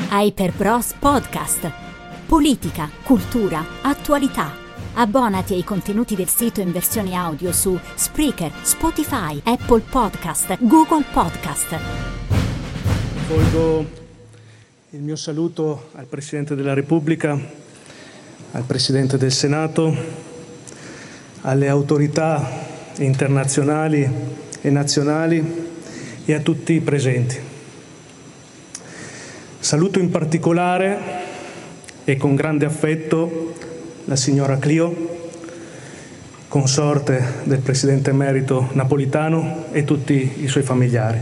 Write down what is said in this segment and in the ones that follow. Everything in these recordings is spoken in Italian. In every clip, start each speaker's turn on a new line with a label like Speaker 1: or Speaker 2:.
Speaker 1: Hyperbros Podcast. Politica, cultura, attualità. Abbonati ai contenuti del sito in versione audio su Spreaker, Spotify, Apple Podcast, Google Podcast.
Speaker 2: Rivolgo il mio saluto al Presidente della Repubblica, al Presidente del Senato, alle autorità internazionali e nazionali e a tutti i presenti. Saluto in particolare e con grande affetto la signora Clio, consorte del Presidente emerito Napolitano, e tutti i suoi familiari.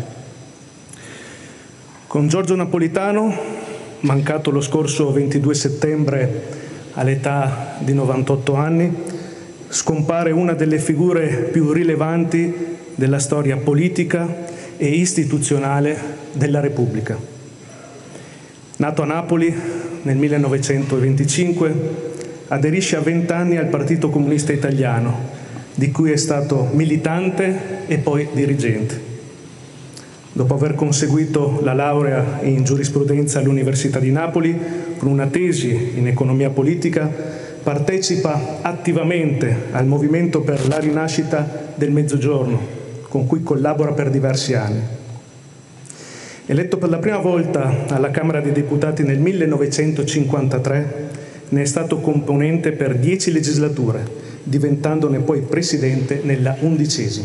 Speaker 2: Con Giorgio Napolitano, mancato lo scorso 22 settembre all'età di 98 anni, scompare una delle figure più rilevanti della storia politica e istituzionale della Repubblica. Nato a Napoli nel 1925, aderisce a 20 anni al Partito Comunista Italiano, di cui è stato militante e poi dirigente. Dopo aver conseguito la laurea in giurisprudenza all'Università di Napoli, con una tesi in economia politica, partecipa attivamente al movimento per la rinascita del Mezzogiorno, con cui collabora per diversi anni. Eletto per la prima volta alla Camera dei Deputati nel 1953, ne è stato componente per 10 legislature, diventandone poi presidente nella 11ª.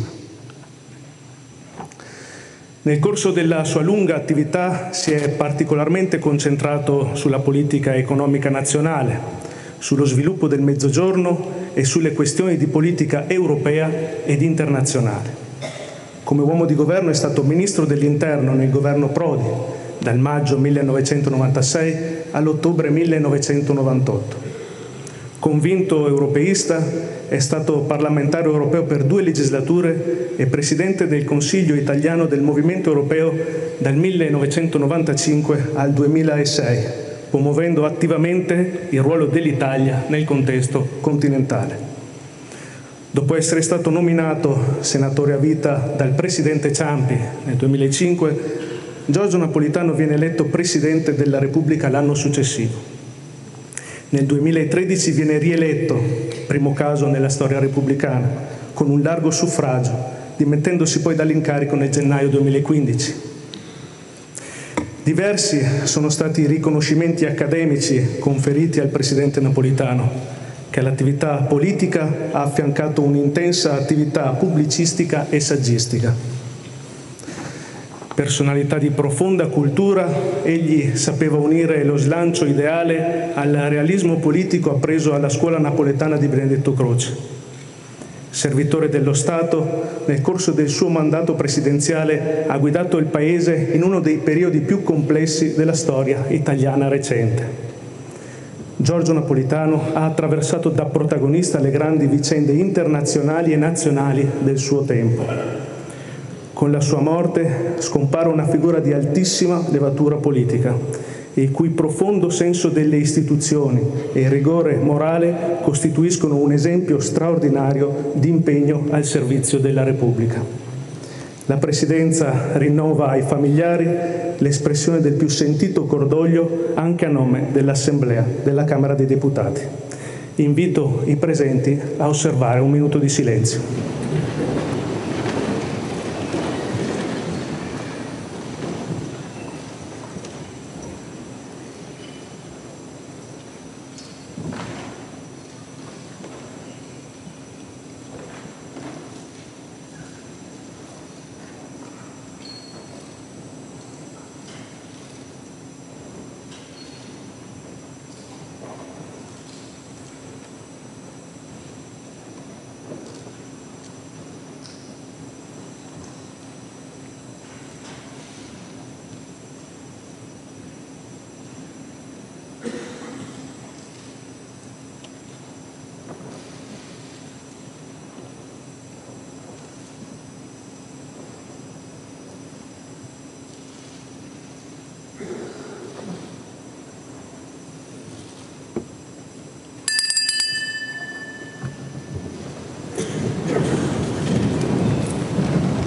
Speaker 2: Nel corso della sua lunga attività si è particolarmente concentrato sulla politica economica nazionale, sullo sviluppo del Mezzogiorno e sulle questioni di politica europea ed internazionale. Come uomo di governo è stato Ministro dell'Interno nel governo Prodi, dal maggio 1996 all'ottobre 1998. Convinto europeista, è stato parlamentare europeo per 2 legislature e Presidente del Consiglio italiano del Movimento Europeo dal 1995 al 2006, promuovendo attivamente il ruolo dell'Italia nel contesto continentale. Dopo essere stato nominato senatore a vita dal Presidente Ciampi nel 2005, Giorgio Napolitano viene eletto Presidente della Repubblica l'anno successivo. Nel 2013 viene rieletto, primo caso nella storia repubblicana, con un largo suffragio, dimettendosi poi dall'incarico nel gennaio 2015. Diversi sono stati i riconoscimenti accademici conferiti al Presidente Napolitano, che all'attività politica ha affiancato un'intensa attività pubblicistica e saggistica. Personalità di profonda cultura, egli sapeva unire lo slancio ideale al realismo politico appreso alla scuola napoletana di Benedetto Croce. Servitore dello Stato, nel corso del suo mandato presidenziale ha guidato il Paese in uno dei periodi più complessi della storia italiana recente. Giorgio Napolitano ha attraversato da protagonista le grandi vicende internazionali e nazionali del suo tempo. Con la sua morte scompare una figura di altissima levatura politica, il cui profondo senso delle istituzioni e il rigore morale costituiscono un esempio straordinario di impegno al servizio della Repubblica. La Presidenza rinnova ai familiari l'espressione del più sentito cordoglio anche a nome dell'Assemblea della Camera dei Deputati. Invito i presenti a osservare un minuto di silenzio.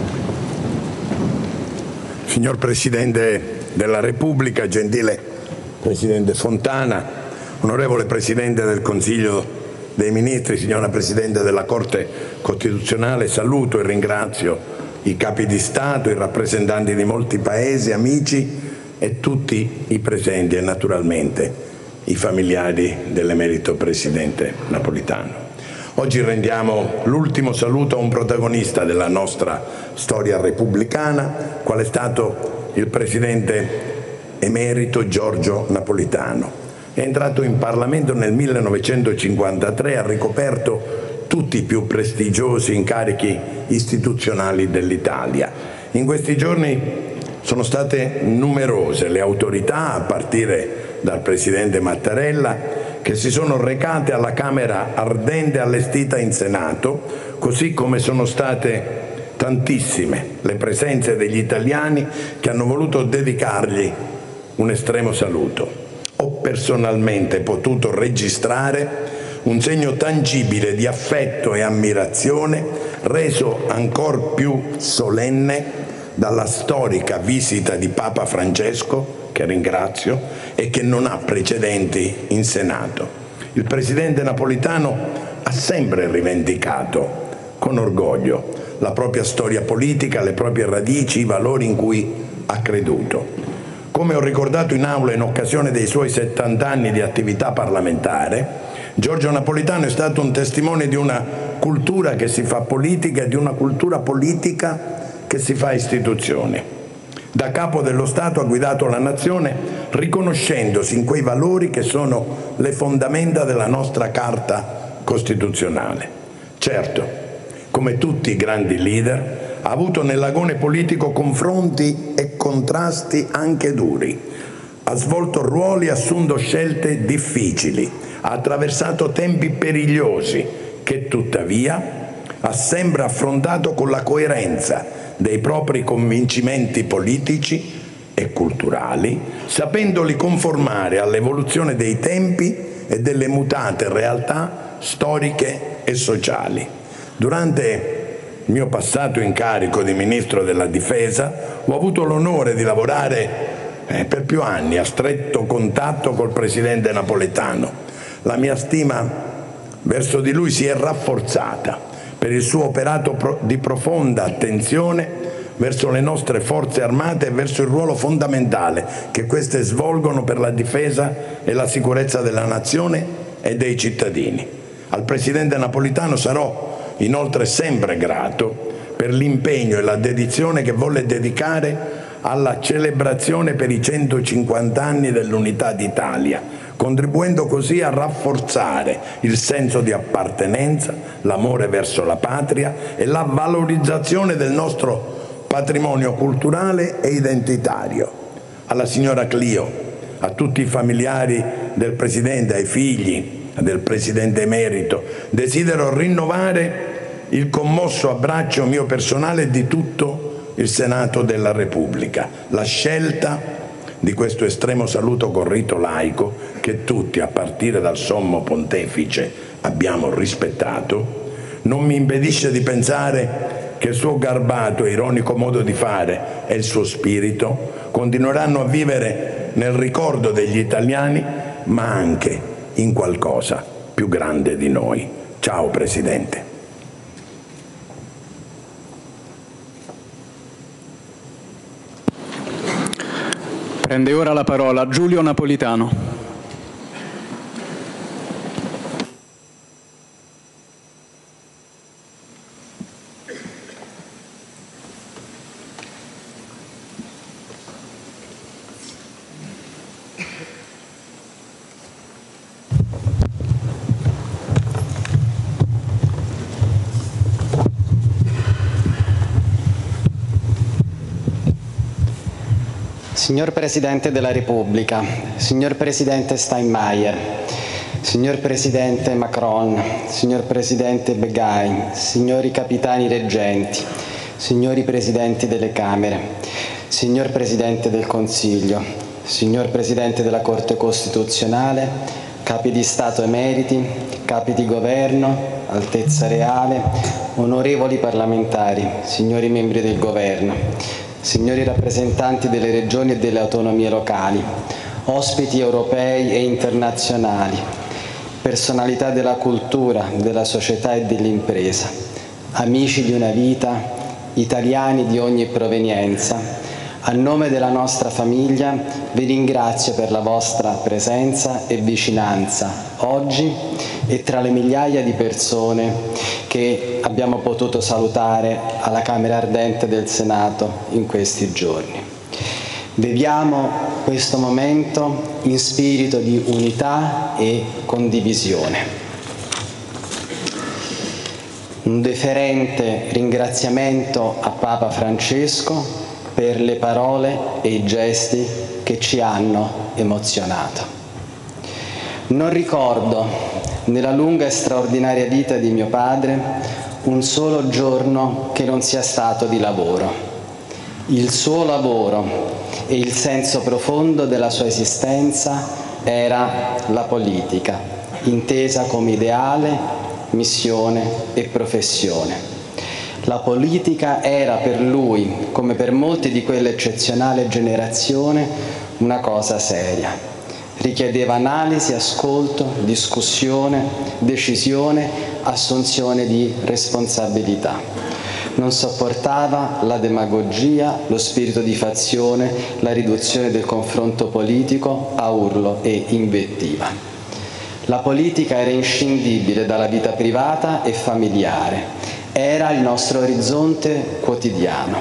Speaker 3: Signor Presidente della Repubblica, gentile Presidente Fontana, onorevole Presidente del Consiglio dei Ministri, signora Presidente della Corte Costituzionale, saluto e ringrazio i capi di Stato, i rappresentanti di molti paesi, amici e tutti i presenti e naturalmente i familiari dell'emerito Presidente Napolitano. Oggi rendiamo l'ultimo saluto a un protagonista della nostra storia repubblicana, qual è stato il Presidente emerito Giorgio Napolitano. È entrato in Parlamento nel 1953 e ha ricoperto tutti i più prestigiosi incarichi istituzionali dell'Italia. In questi giorni sono state numerose le autorità, a partire dal Presidente Mattarella, che si sono recate alla Camera ardente allestita in Senato, così come sono state tantissime le presenze degli italiani che hanno voluto dedicargli un estremo saluto. Ho personalmente potuto registrare un segno tangibile di affetto e ammirazione, reso ancor più solenne dalla storica visita di Papa Francesco, che ringrazio e che non ha precedenti in Senato. Il Presidente Napolitano ha sempre rivendicato con orgoglio la propria storia politica, le proprie radici, i valori in cui ha creduto. Come ho ricordato in aula in occasione dei suoi 70 anni di attività parlamentare, Giorgio Napolitano è stato un testimone di una cultura che si fa politica e di una cultura politica che si fa istituzione. Da capo dello Stato ha guidato la nazione riconoscendosi in quei valori che sono le fondamenta della nostra Carta Costituzionale. Certo, come tutti i grandi leader, ha avuto nell'agone politico confronti e contrasti anche duri. Ha svolto ruoli e assunto scelte difficili, ha attraversato tempi perigliosi che tuttavia ha sempre affrontato con la coerenza dei propri convincimenti politici e culturali, sapendoli conformare all'evoluzione dei tempi e delle mutate realtà storiche e sociali. Durante il mio passato incarico di Ministro della Difesa ho avuto l'onore di lavorare per più anni a stretto contatto col Presidente Napolitano. La mia stima verso di lui si è rafforzata per il suo operato di profonda attenzione verso le nostre forze armate e verso il ruolo fondamentale che queste svolgono per la difesa e la sicurezza della nazione e dei cittadini. Al Presidente Napolitano sarò inoltre sempre grato per l'impegno e la dedizione che volle dedicare alla celebrazione per i 150 anni dell'Unità d'Italia, contribuendo così a rafforzare il senso di appartenenza, l'amore verso la patria e la valorizzazione del nostro patrimonio culturale e identitario. Alla signora Clio, a tutti i familiari del Presidente, ai figli del Presidente emerito, desidero rinnovare il commosso abbraccio mio personale e di tutto il Senato della Repubblica. La scelta di questo estremo saluto con rito laico, che tutti, a partire dal Sommo Pontefice, abbiamo rispettato, non mi impedisce di pensare che il suo garbato e ironico modo di fare e il suo spirito continueranno a vivere nel ricordo degli italiani, ma anche in qualcosa più grande di noi. Ciao Presidente.
Speaker 4: Prende ora la parola Giulio Napolitano.
Speaker 5: Signor Presidente della Repubblica, signor Presidente Steinmeier, signor Presidente Macron, signor Presidente Begay, signori Capitani Reggenti, signori Presidenti delle Camere, signor Presidente del Consiglio, signor Presidente della Corte Costituzionale, Capi di Stato emeriti, Capi di Governo, Altezza Reale, onorevoli parlamentari, signori membri del Governo, signori rappresentanti delle regioni e delle autonomie locali, ospiti europei e internazionali, personalità della cultura, della società e dell'impresa, amici di una vita, italiani di ogni provenienza, a nome della nostra famiglia vi ringrazio per la vostra presenza e vicinanza oggi e tra le migliaia di persone che abbiamo potuto salutare alla Camera Ardente del Senato in questi giorni. Viviamo questo momento in spirito di unità e condivisione. Un deferente ringraziamento a Papa Francesco per le parole e i gesti che ci hanno emozionato. Non ricordo, nella lunga e straordinaria vita di mio padre, un solo giorno che non sia stato di lavoro. Il suo lavoro e il senso profondo della sua esistenza era la politica, intesa come ideale, missione e professione. La politica era per lui, come per molti di quell'eccezionale generazione, una cosa seria. Richiedeva analisi, ascolto, discussione, decisione, assunzione di responsabilità. Non sopportava la demagogia, lo spirito di fazione, la riduzione del confronto politico a urlo e invettiva. La politica era inscindibile dalla vita privata e familiare. Era il nostro orizzonte quotidiano.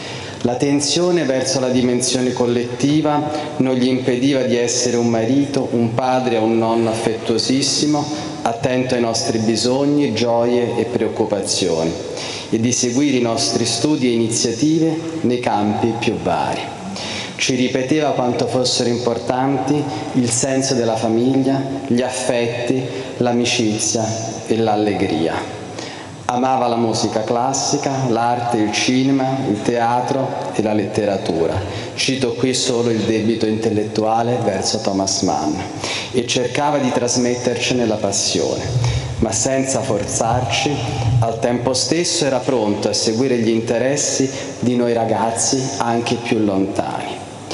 Speaker 5: La tensione verso la dimensione collettiva non gli impediva di essere un marito, un padre e un nonno affettuosissimo, attento ai nostri bisogni, gioie e preoccupazioni, e di seguire i nostri studi e iniziative nei campi più vari. Ci ripeteva quanto fossero importanti il senso della famiglia, gli affetti, l'amicizia e l'allegria. Amava la musica classica, l'arte, il cinema, il teatro e la letteratura. Cito qui solo il debito intellettuale verso Thomas Mann e cercava di trasmettercene la passione, ma senza forzarci, al tempo stesso era pronto a seguire gli interessi di noi ragazzi anche più lontani.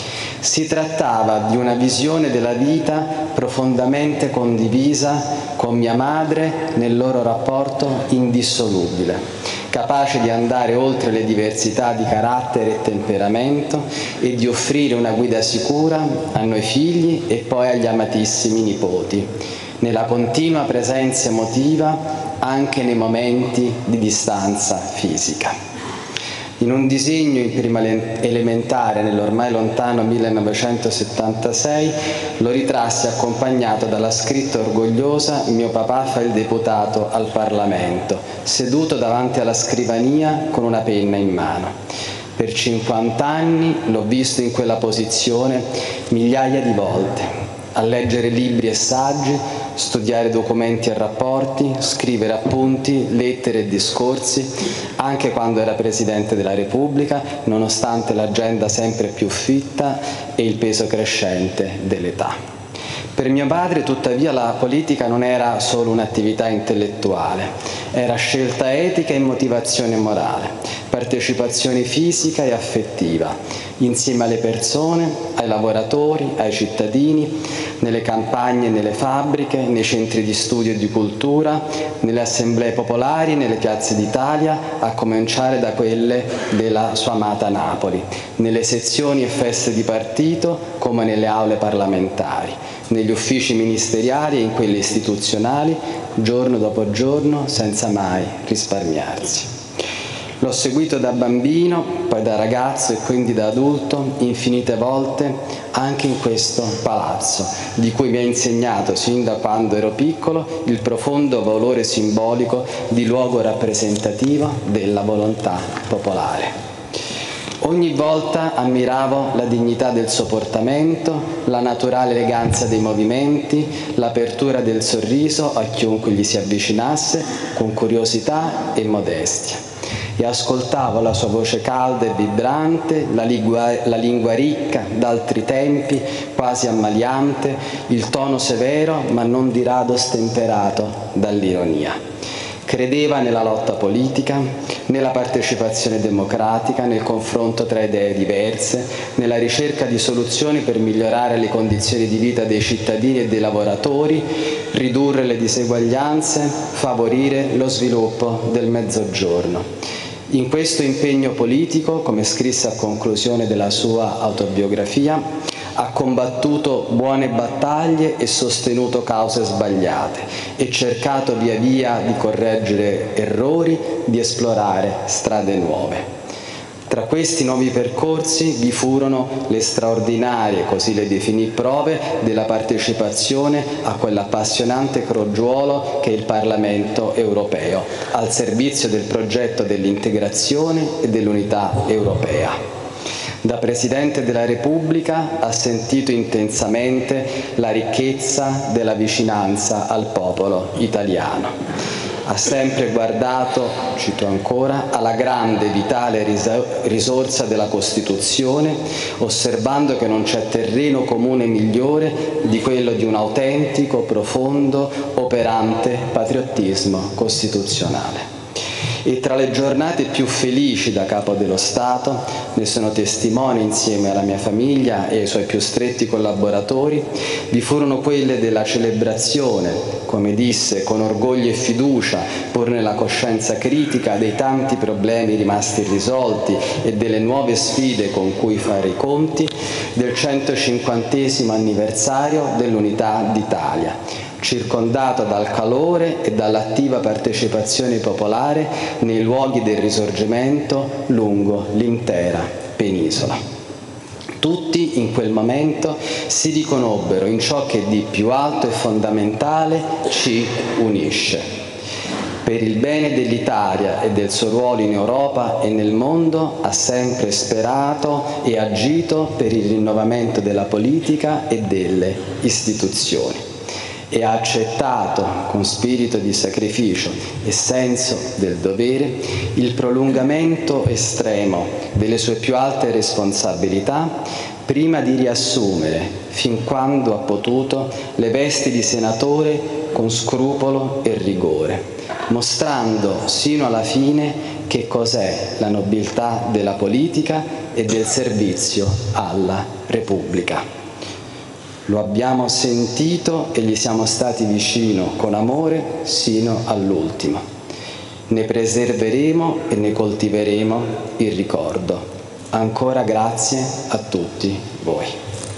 Speaker 5: Si trattava di una visione della vita profondamente condivisa con mia madre nel loro rapporto indissolubile, capace di andare oltre le diversità di carattere e temperamento e di offrire una guida sicura a noi figli e poi agli amatissimi nipoti, nella continua presenza emotiva anche nei momenti di distanza fisica. In un disegno in prima elementare nell'ormai lontano 1976 lo ritrasse accompagnato dalla scritta orgogliosa «Mio papà fa il deputato al Parlamento», seduto davanti alla scrivania con una penna in mano. Per 50 anni l'ho visto in quella posizione migliaia di volte, a leggere libri e saggi, studiare documenti e rapporti, scrivere appunti, lettere e discorsi, anche quando era Presidente della Repubblica, nonostante l'agenda sempre più fitta e il peso crescente dell'età. Per mio padre, tuttavia, la politica non era solo un'attività intellettuale, era scelta etica e motivazione morale, partecipazione fisica e affettiva, insieme alle persone, ai lavoratori, ai cittadini, nelle campagne e nelle fabbriche, nei centri di studio e di cultura, nelle assemblee popolari, nelle piazze d'Italia, a cominciare da quelle della sua amata Napoli, nelle sezioni e feste di partito come nelle aule parlamentari, negli uffici ministeriali e in quelli istituzionali, giorno dopo giorno, senza mai risparmiarsi. L'ho seguito da bambino, poi da ragazzo e quindi da adulto, infinite volte, anche in questo palazzo, di cui mi ha insegnato sin da quando ero piccolo il profondo valore simbolico di luogo rappresentativo della volontà popolare. Ogni volta ammiravo la dignità del suo portamento, la naturale eleganza dei movimenti, l'apertura del sorriso a chiunque gli si avvicinasse con curiosità e modestia. E ascoltavo la sua voce calda e vibrante, la lingua ricca, d'altri tempi, quasi ammaliante, il tono severo ma non di rado stemperato dall'ironia. Credeva nella lotta politica, nella partecipazione democratica, nel confronto tra idee diverse, nella ricerca di soluzioni per migliorare le condizioni di vita dei cittadini e dei lavoratori, ridurre le diseguaglianze, favorire lo sviluppo del Mezzogiorno. In questo impegno politico, come scrisse a conclusione della sua autobiografia, ha combattuto buone battaglie e sostenuto cause sbagliate e cercato via via di correggere errori, di esplorare strade nuove. Tra questi nuovi percorsi vi furono le straordinarie, così le definì, prove della partecipazione a quell'appassionante crogiuolo che è il Parlamento europeo, al servizio del progetto dell'integrazione e dell'unità europea. Da Presidente della Repubblica ha sentito intensamente la ricchezza della vicinanza al popolo italiano. Ha sempre guardato, cito ancora, alla grande vitale risorsa della Costituzione, osservando che non c'è terreno comune migliore di quello di un autentico, profondo, operante patriottismo costituzionale. E tra le giornate più felici da capo dello Stato, ne sono testimone insieme alla mia famiglia e ai suoi più stretti collaboratori, vi furono quelle della celebrazione, come disse, con orgoglio e fiducia, pur nella coscienza critica, dei tanti problemi rimasti irrisolti e delle nuove sfide con cui fare i conti, del 150° anniversario dell'Unità d'Italia, circondato dal calore e dall'attiva partecipazione popolare nei luoghi del Risorgimento lungo l'intera penisola. Tutti in quel momento si riconobbero in ciò che di più alto e fondamentale ci unisce. Per il bene dell'Italia e del suo ruolo in Europa e nel mondo ha sempre sperato e agito per il rinnovamento della politica e delle istituzioni. E ha accettato con spirito di sacrificio e senso del dovere il prolungamento estremo delle sue più alte responsabilità prima di riassumere, fin quando ha potuto, le vesti di senatore con scrupolo e rigore, mostrando sino alla fine che cos'è la nobiltà della politica e del servizio alla Repubblica. Lo abbiamo sentito e gli siamo stati vicino con amore sino all'ultimo. Ne preserveremo e ne coltiveremo il ricordo. Ancora grazie a tutti voi.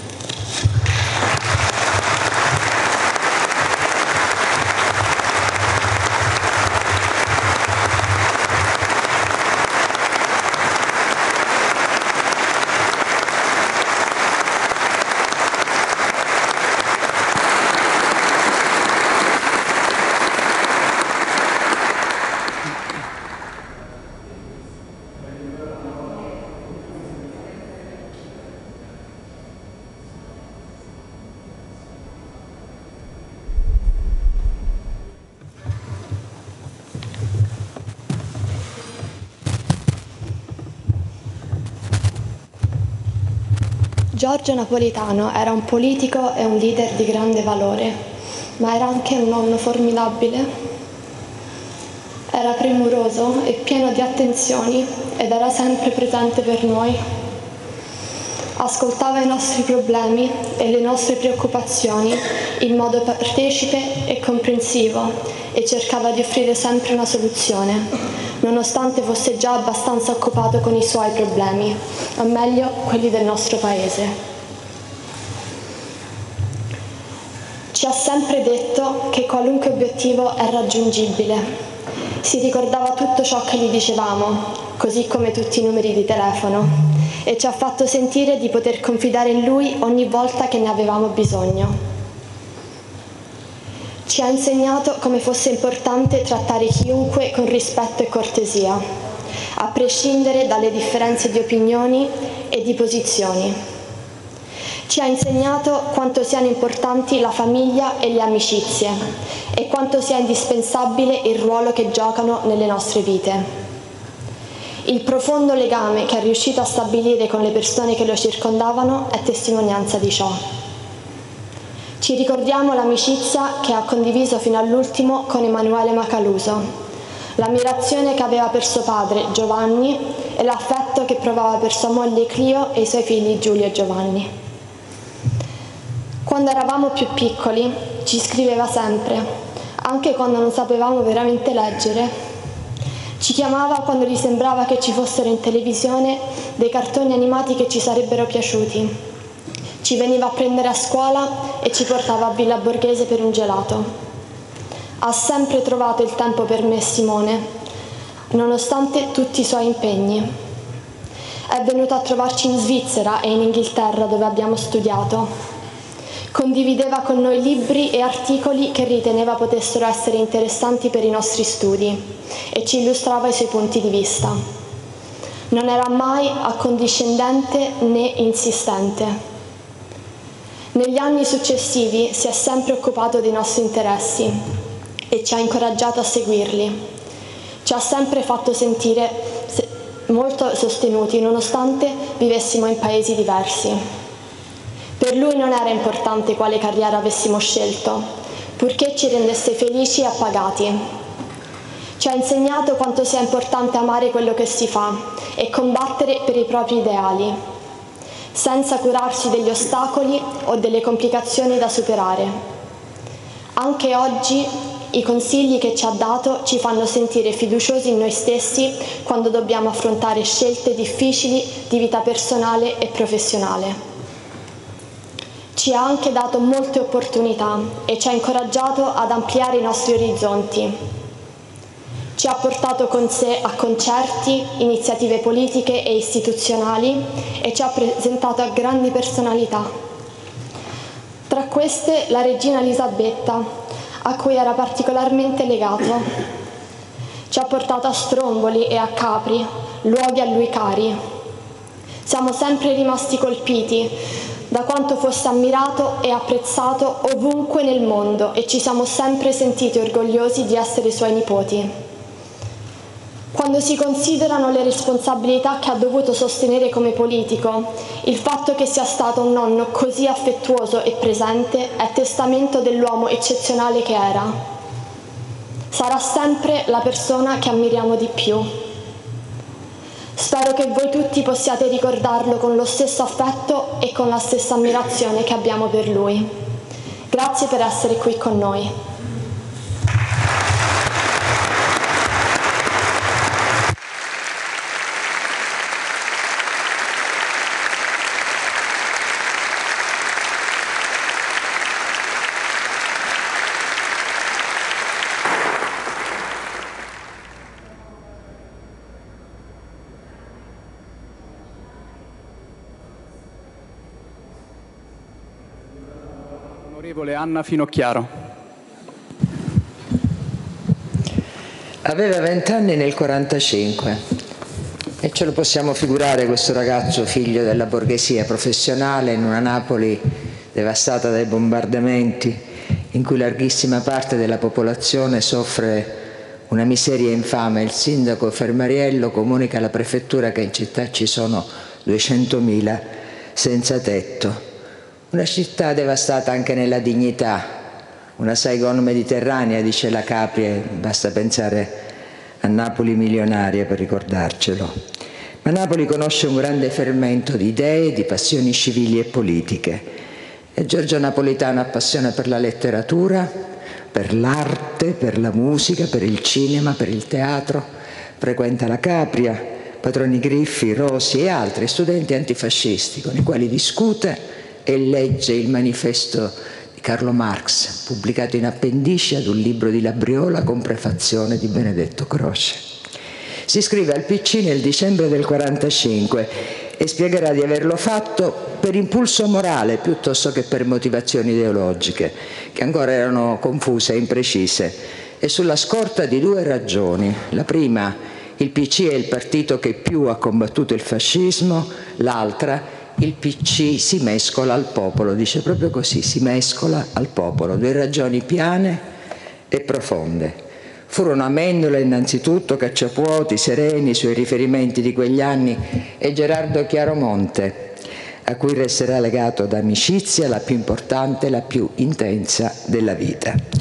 Speaker 6: Giorgio Napolitano era un politico e un leader di grande valore, ma era anche un nonno formidabile. Era premuroso e pieno di attenzioni ed era sempre presente per noi. Ascoltava i nostri problemi e le nostre preoccupazioni in modo partecipe e comprensivo e cercava di offrire sempre una soluzione, nonostante fosse già abbastanza occupato con i suoi problemi, o meglio quelli del nostro paese. Ci ha sempre detto che qualunque obiettivo è raggiungibile. Si ricordava tutto ciò che gli dicevamo, così come tutti i numeri di telefono, e ci ha fatto sentire di poter confidare in lui ogni volta che ne avevamo bisogno. Ci ha insegnato come fosse importante trattare chiunque con rispetto e cortesia, a prescindere dalle differenze di opinioni e di posizioni. Ci ha insegnato quanto siano importanti la famiglia e le amicizie e quanto sia indispensabile il ruolo che giocano nelle nostre vite. Il profondo legame che è riuscito a stabilire con le persone che lo circondavano è testimonianza di ciò. Ci ricordiamo l'amicizia che ha condiviso fino all'ultimo con Emanuele Macaluso, l'ammirazione che aveva per suo padre Giovanni e l'affetto che provava per sua moglie Clio e i suoi figli Giulio e Giovanni. Quando eravamo più piccoli ci scriveva sempre, anche quando non sapevamo veramente leggere. Ci chiamava quando gli sembrava che ci fossero in televisione dei cartoni animati che ci sarebbero piaciuti. Ci veniva a prendere a scuola e ci portava a Villa Borghese per un gelato. Ha sempre trovato il tempo per me, Simone, nonostante tutti i suoi impegni. È venuto a trovarci in Svizzera e in Inghilterra, dove abbiamo studiato. Condivideva con noi libri e articoli che riteneva potessero essere interessanti per i nostri studi e ci illustrava i suoi punti di vista. Non era mai accondiscendente né insistente. Negli anni successivi si è sempre occupato dei nostri interessi e ci ha incoraggiato a seguirli. Ci ha sempre fatto sentire molto sostenuti, nonostante vivessimo in paesi diversi. Per lui non era importante quale carriera avessimo scelto, purché ci rendesse felici e appagati. Ci ha insegnato quanto sia importante amare quello che si fa e combattere per i propri ideali, senza curarsi degli ostacoli o delle complicazioni da superare. Anche oggi i consigli che ci ha dato ci fanno sentire fiduciosi in noi stessi quando dobbiamo affrontare scelte difficili di vita personale e professionale. Ci ha anche dato molte opportunità e ci ha incoraggiato ad ampliare i nostri orizzonti. Ci ha portato con sé a concerti, iniziative politiche e istituzionali e ci ha presentato a grandi personalità. Tra queste la regina Elisabetta, a cui era particolarmente legato. Ci ha portato a Stromboli e a Capri, luoghi a lui cari. Siamo sempre rimasti colpiti da quanto fosse ammirato e apprezzato ovunque nel mondo e ci siamo sempre sentiti orgogliosi di essere suoi nipoti. Quando si considerano le responsabilità che ha dovuto sostenere come politico, il fatto che sia stato un nonno così affettuoso e presente è testamento dell'uomo eccezionale che era. Sarà sempre la persona che ammiriamo di più. Spero che voi tutti possiate ricordarlo con lo stesso affetto e con la stessa ammirazione che abbiamo per lui. Grazie per essere qui con noi.
Speaker 4: Onorevole Anna Finocchiaro.
Speaker 7: Aveva 20 anni nel 1945 e ce lo possiamo figurare questo ragazzo figlio della borghesia professionale in una Napoli devastata dai bombardamenti, in cui larghissima parte della popolazione soffre una miseria infame. Il sindaco Fermariello comunica alla prefettura che in città ci sono 200.000 senza tetto. Una città devastata anche nella dignità, una Saigon mediterranea, dice la Capri, basta pensare a Napoli milionaria per ricordarcelo. Ma Napoli conosce un grande fermento di idee, di passioni civili e politiche. E Giorgio Napolitano ha passione per la letteratura, per l'arte, per la musica, per il cinema, per il teatro. Frequenta la Capria, Patroni Griffi, Rosi e altri studenti antifascisti con i quali discute e legge il manifesto di Carlo Marx, pubblicato in appendice ad un libro di Labriola con prefazione di Benedetto Croce. Si iscrive al PC nel dicembre del 1945 e spiegherà di averlo fatto per impulso morale piuttosto che per motivazioni ideologiche, che ancora erano confuse e imprecise, e sulla scorta di due ragioni. La prima, il PC è il partito che più ha combattuto il fascismo; l'altra, il PC si mescola al popolo, dice proprio così, si mescola al popolo. Due ragioni piane e profonde. Furono Amendola innanzitutto, Cacciapuoti, Sereni, i suoi riferimenti di quegli anni, e Gerardo Chiaromonte, a cui resterà legato d'amicizia la più importante, la più intensa della vita.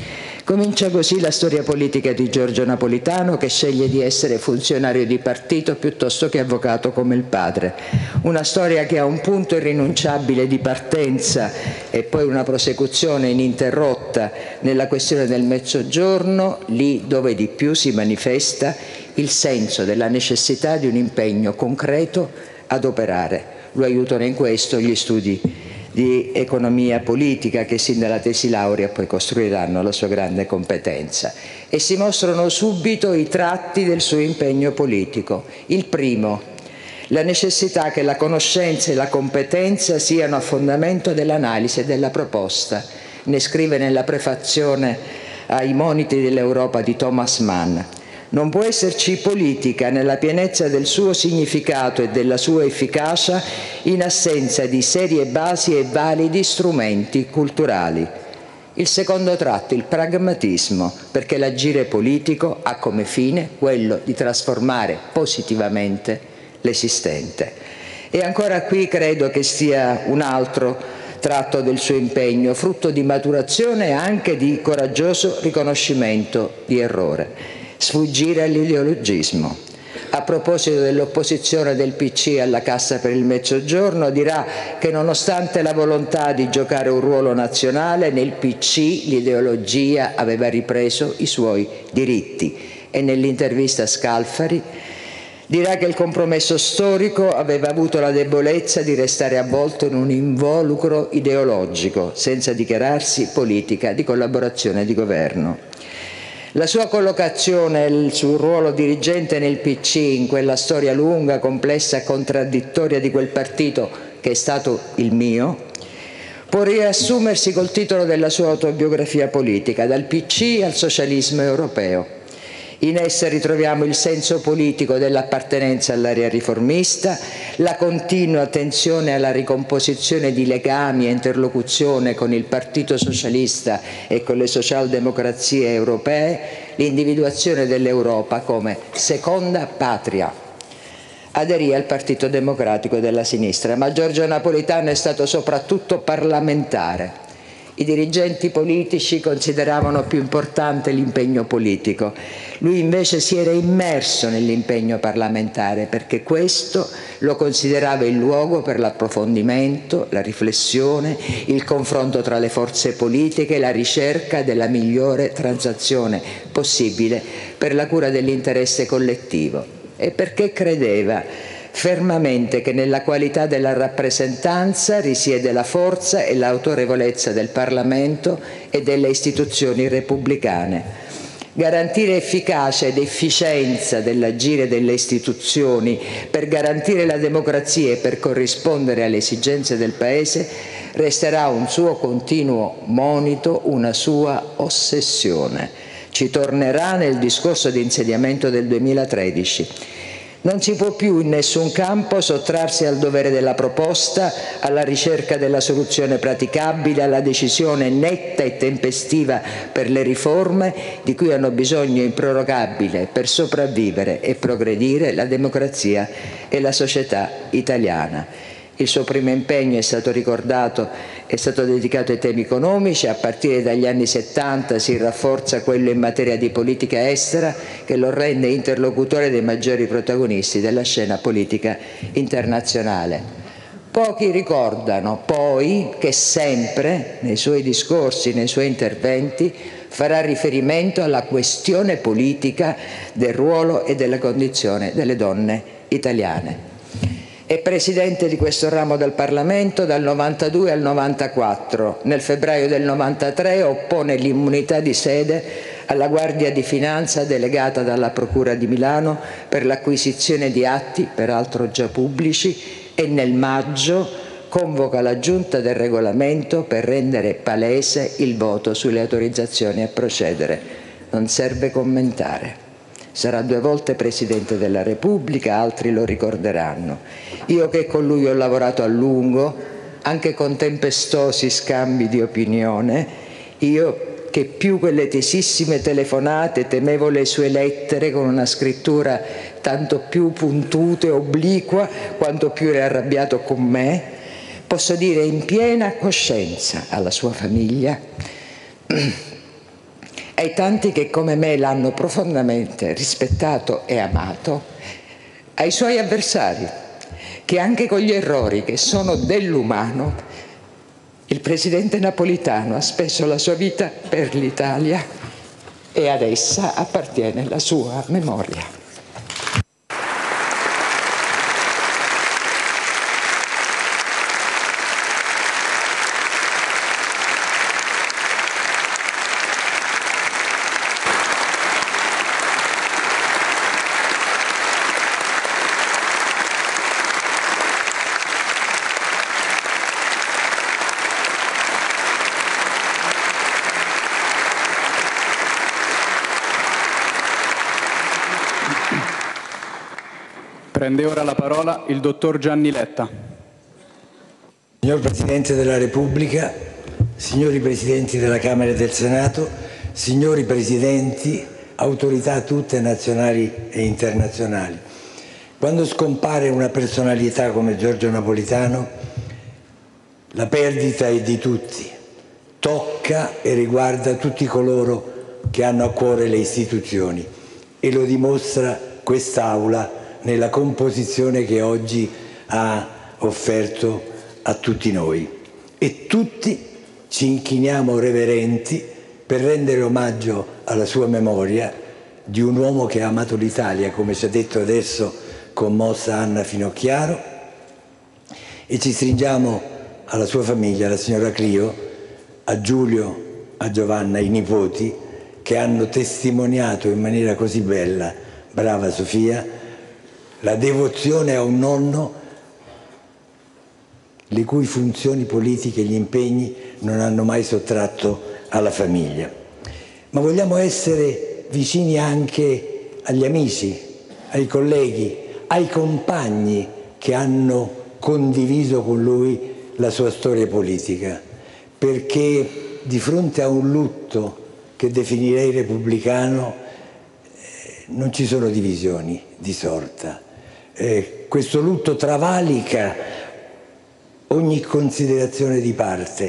Speaker 7: Comincia così la storia politica di Giorgio Napolitano, che sceglie di essere funzionario di partito piuttosto che avvocato come il padre. Una storia che ha un punto irrinunciabile di partenza e poi una prosecuzione ininterrotta nella questione del Mezzogiorno, lì dove di più si manifesta il senso della necessità di un impegno concreto ad operare. Lo aiutano in questo gli studi di economia politica che sin dalla tesi laurea poi costruiranno la sua grande competenza. E si mostrano subito i tratti del suo impegno politico. Il primo, la necessità che la conoscenza e la competenza siano a fondamento dell'analisi e della proposta. Ne scrive nella prefazione ai Moniti dell'Europa di Thomas Mann. Non può esserci politica nella pienezza del suo significato e della sua efficacia in assenza di serie basi e validi strumenti culturali. Il secondo tratto, il pragmatismo, perché l'agire politico ha come fine quello di trasformare positivamente l'esistente. E ancora qui credo che sia un altro tratto del suo impegno, frutto di maturazione e anche di coraggioso riconoscimento di errore. Sfuggire all'ideologismo. A proposito dell'opposizione del PC alla Cassa per il Mezzogiorno, dirà che nonostante la volontà di giocare un ruolo nazionale, nel PC l'ideologia aveva ripreso i suoi diritti. E nell'intervista a Scalfari dirà che il compromesso storico aveva avuto la debolezza di restare avvolto in un involucro ideologico, senza dichiararsi politica di collaborazione di governo. La sua collocazione sul ruolo dirigente nel PC, in quella storia lunga, complessa e contraddittoria di quel partito che è stato il mio, può riassumersi col titolo della sua autobiografia politica, Dal PC al socialismo europeo. In essa ritroviamo il senso politico dell'appartenenza all'area riformista, la continua attenzione alla ricomposizione di legami e interlocuzione con il Partito Socialista e con le socialdemocrazie europee, l'individuazione dell'Europa come seconda patria. Aderì al Partito Democratico della Sinistra, ma Giorgio Napolitano è stato soprattutto parlamentare. I dirigenti politici consideravano più importante l'impegno politico. Lui invece si era immerso nell'impegno parlamentare perché questo lo considerava il luogo per l'approfondimento, la riflessione, il confronto tra le forze politiche e la ricerca della migliore transazione possibile per la cura dell'interesse collettivo. E perché credeva fermamente che nella qualità della rappresentanza risiede la forza e l'autorevolezza del Parlamento e delle istituzioni repubblicane. Garantire efficacia ed efficienza dell'agire delle istituzioni per garantire la democrazia e per corrispondere alle esigenze del Paese resterà un suo continuo monito, una sua ossessione. Ci tornerà nel discorso di insediamento del 2013. Non si può più in nessun campo sottrarsi al dovere della proposta, alla ricerca della soluzione praticabile, alla decisione netta e tempestiva per le riforme di cui hanno bisogno improrogabile per sopravvivere e progredire la democrazia e la società italiana. Il suo primo impegno, è stato ricordato, è stato dedicato ai temi economici. A partire dagli anni 70 si rafforza quello in materia di politica estera, che lo rende interlocutore dei maggiori protagonisti della scena politica internazionale. Pochi ricordano poi che sempre, nei suoi discorsi, nei suoi interventi, farà riferimento alla questione politica del ruolo e della condizione delle donne italiane. È presidente di questo ramo del Parlamento dal 92 al 94. Nel febbraio del 93 oppone l'immunità di sede alla Guardia di Finanza delegata dalla Procura di Milano per l'acquisizione di atti, peraltro già pubblici, e nel maggio convoca la Giunta del Regolamento per rendere palese il voto sulle autorizzazioni a procedere. Non serve commentare. Sarà 2 volte Presidente della Repubblica, altri lo ricorderanno. Io che con lui ho lavorato a lungo, anche con tempestosi scambi di opinione, io che più quelle tesissime telefonate temevo le sue lettere con una scrittura tanto più puntuta e obliqua quanto più era arrabbiato con me, posso dire in piena coscienza alla sua famiglia ai tanti che come me l'hanno profondamente rispettato e amato, ai suoi avversari, che anche con gli errori che sono dell'umano, il presidente Napolitano ha speso la sua vita per l'Italia e ad essa appartiene la sua memoria.
Speaker 4: Prende ora la parola il dottor Gianni Letta.
Speaker 8: Signor Presidente della Repubblica, signori Presidenti della Camera e del Senato, signori Presidenti, autorità tutte nazionali e internazionali. Quando scompare una personalità come Giorgio Napolitano, la perdita è di tutti, tocca e riguarda tutti coloro che hanno a cuore le istituzioni e lo dimostra quest'Aula nella composizione che oggi ha offerto a tutti noi. E tutti ci inchiniamo reverenti per rendere omaggio alla sua memoria di un uomo che ha amato l'Italia, come ci ha detto adesso commossa Anna Finocchiaro, e ci stringiamo alla sua famiglia, alla signora Clio, a Giulio, a Giovanna, ai nipoti, che hanno testimoniato in maniera così bella, brava Sofia, la devozione a un nonno le cui funzioni politiche e gli impegni non hanno mai sottratto alla famiglia. Ma vogliamo essere vicini anche agli amici, ai colleghi, ai compagni che hanno condiviso con lui la sua storia politica, perché di fronte a un lutto che definirei repubblicano non ci sono divisioni di sorta. Questo lutto travalica ogni considerazione di parte,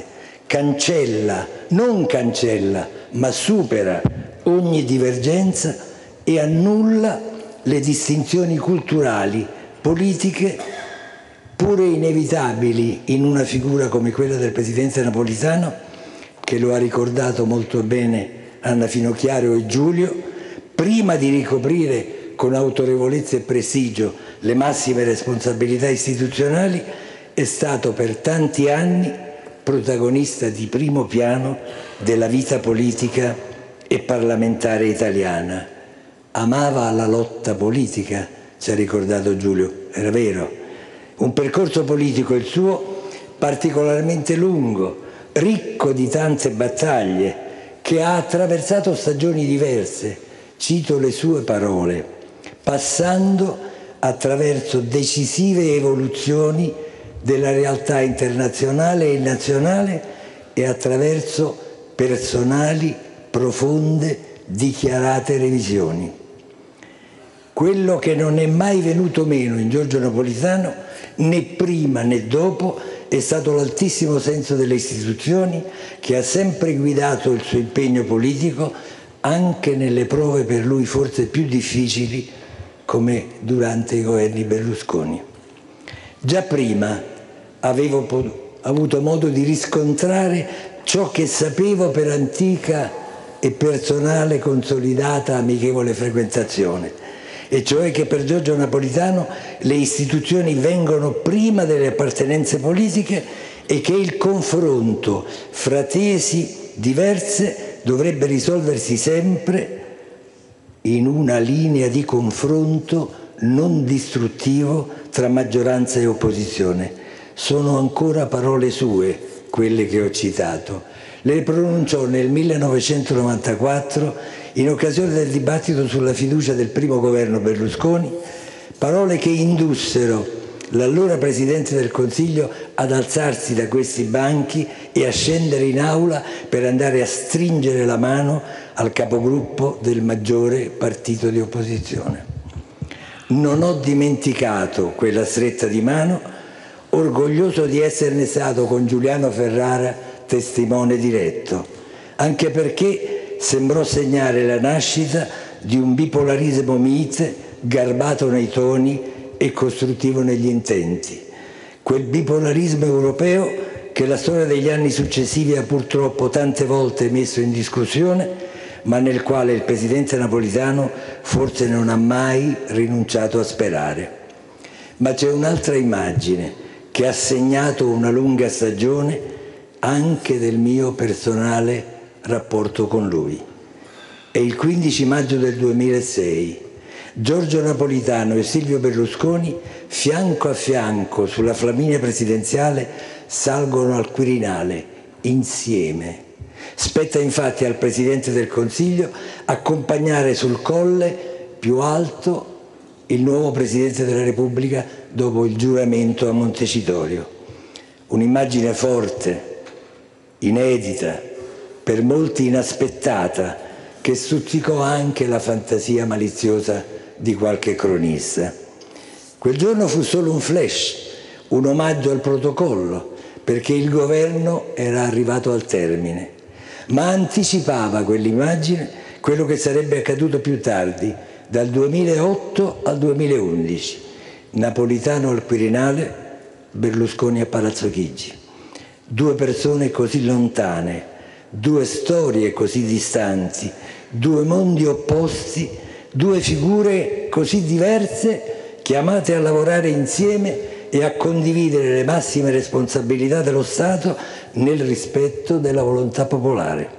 Speaker 8: non cancella, ma supera ogni divergenza e annulla le distinzioni culturali, politiche, pure inevitabili in una figura come quella del presidente Napolitano, che lo ha ricordato molto bene Anna Finocchiaro e Giulio, prima di ricoprire con autorevolezza e prestigio le massime responsabilità istituzionali, è stato per tanti anni protagonista di primo piano della vita politica e parlamentare italiana. Amava la lotta politica, ci ha ricordato Giulio, era vero. Un percorso politico, il suo, particolarmente lungo, ricco di tante battaglie, che ha attraversato stagioni diverse. Cito le sue parole: passando attraverso decisive evoluzioni della realtà internazionale e nazionale e attraverso personali, profonde, dichiarate revisioni. Quello che non è mai venuto meno in Giorgio Napolitano, né prima né dopo, è stato l'altissimo senso delle istituzioni che ha sempre guidato il suo impegno politico anche nelle prove per lui forse più difficili, come durante i governi Berlusconi. Già prima avevo avuto modo di riscontrare ciò che sapevo per antica e personale consolidata amichevole frequentazione, e cioè che per Giorgio Napolitano le istituzioni vengono prima delle appartenenze politiche e che il confronto fra tesi diverse dovrebbe risolversi sempre in una linea di confronto non distruttivo tra maggioranza e opposizione. Sono ancora parole sue quelle che ho citato. Le pronunciò nel 1994 in occasione del dibattito sulla fiducia del primo governo Berlusconi, parole che indussero l'allora Presidente del Consiglio ad alzarsi da questi banchi e a scendere in aula per andare a stringere la mano al capogruppo del maggiore partito di opposizione. Non ho dimenticato quella stretta di mano, orgoglioso di esserne stato con Giuliano Ferrara testimone diretto, anche perché sembrò segnare la nascita di un bipolarismo mite, garbato nei toni e costruttivo negli intenti. Quel bipolarismo europeo che la storia degli anni successivi ha purtroppo tante volte messo in discussione, ma nel quale il presidente Napolitano forse non ha mai rinunciato a sperare. Ma c'è un'altra immagine che ha segnato una lunga stagione anche del mio personale rapporto con lui. È il 15 maggio del 2006. Giorgio Napolitano e Silvio Berlusconi, fianco a fianco sulla Flaminia presidenziale, salgono al Quirinale, insieme. Spetta infatti al Presidente del Consiglio accompagnare sul colle più alto il nuovo Presidente della Repubblica dopo il giuramento a Montecitorio. Un'immagine forte, inedita, per molti inaspettata, che stuzzicò anche la fantasia maliziosa di qualche cronista. Quel giorno fu solo un flash, un omaggio al protocollo, perché il governo era arrivato al termine, ma anticipava quell'immagine quello che sarebbe accaduto più tardi, dal 2008 al 2011. Napolitano al Quirinale, Berlusconi a Palazzo Chigi. Due persone così lontane, due storie così distanti, due mondi opposti, due figure così diverse, chiamate a lavorare insieme e a condividere le massime responsabilità dello Stato nel rispetto della volontà popolare.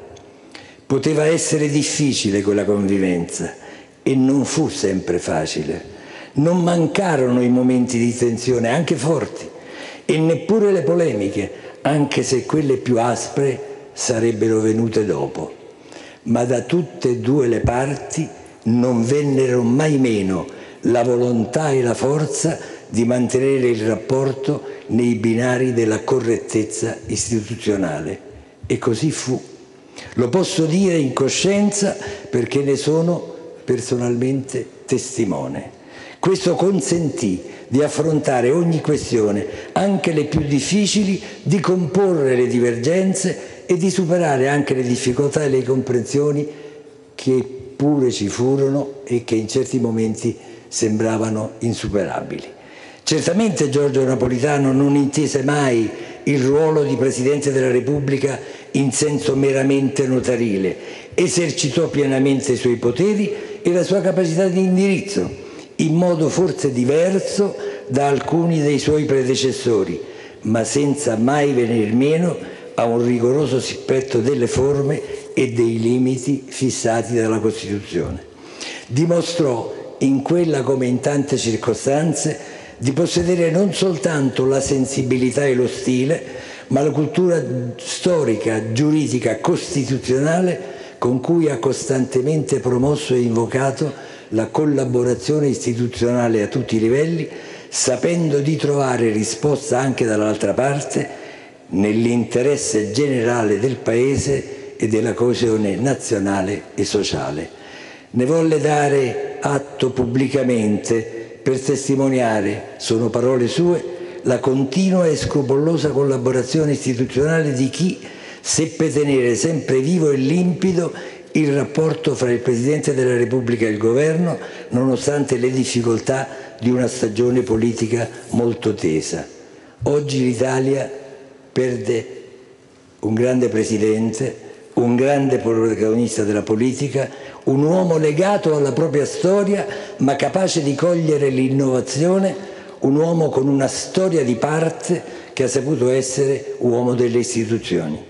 Speaker 8: Poteva essere difficile quella convivenza e non fu sempre facile. Non mancarono i momenti di tensione, anche forti, e neppure le polemiche, anche se quelle più aspre sarebbero venute dopo. Ma da tutte e due le parti non vennero mai meno la volontà e la forza di mantenere il rapporto nei binari della correttezza istituzionale. E così fu. Lo posso dire in coscienza perché ne sono personalmente testimone. Questo consentì di affrontare ogni questione, anche le più difficili, di comporre le divergenze e di superare anche le difficoltà e le incomprensioni che pure ci furono e che in certi momenti sembravano insuperabili. Certamente Giorgio Napolitano non intese mai il ruolo di Presidente della Repubblica in senso meramente notarile, esercitò pienamente i suoi poteri e la sua capacità di indirizzo, in modo forse diverso da alcuni dei suoi predecessori, ma senza mai venir meno a un rigoroso rispetto delle forme e dei limiti fissati dalla Costituzione. Dimostrò in quella come in tante circostanze di possedere non soltanto la sensibilità e lo stile, ma la cultura storica, giuridica, costituzionale con cui ha costantemente promosso e invocato la collaborazione istituzionale a tutti i livelli, sapendo di trovare risposta anche dall'altra parte nell'interesse generale del Paese e della coesione nazionale e sociale. Ne volle dare atto pubblicamente per testimoniare, sono parole sue, la continua e scrupolosa collaborazione istituzionale di chi seppe tenere sempre vivo e limpido il rapporto fra il Presidente della Repubblica e il Governo, nonostante le difficoltà di una stagione politica molto tesa. Oggi l'Italia perde un grande Presidente, un grande protagonista della politica, un uomo legato alla propria storia ma capace di cogliere l'innovazione, un uomo con una storia di parte che ha saputo essere uomo delle istituzioni.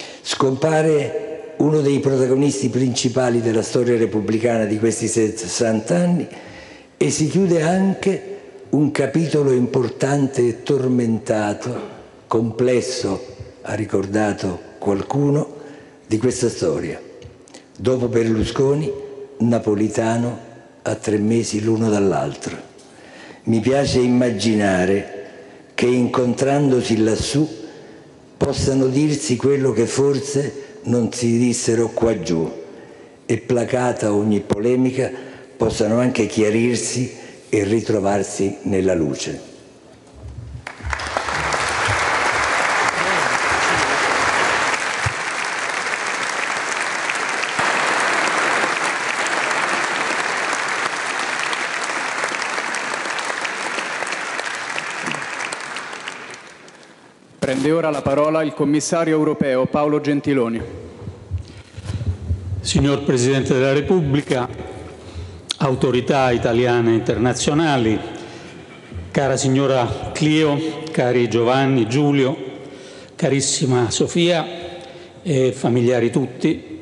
Speaker 8: Scompare uno dei protagonisti principali della storia repubblicana di questi 60 anni e si chiude anche un capitolo importante e tormentato, complesso, ha ricordato qualcuno, di questa storia. Dopo Berlusconi, Napolitano a 3 mesi l'uno dall'altro. Mi piace immaginare che incontrandosi lassù possano dirsi quello che forse non si dissero qua giù e placata ogni polemica possano anche chiarirsi e ritrovarsi nella luce.
Speaker 4: Prende ora la parola il commissario europeo Paolo Gentiloni.
Speaker 9: Signor Presidente della Repubblica, autorità italiane e internazionali, cara signora Clio, cari Giovanni, Giulio, carissima Sofia e familiari tutti,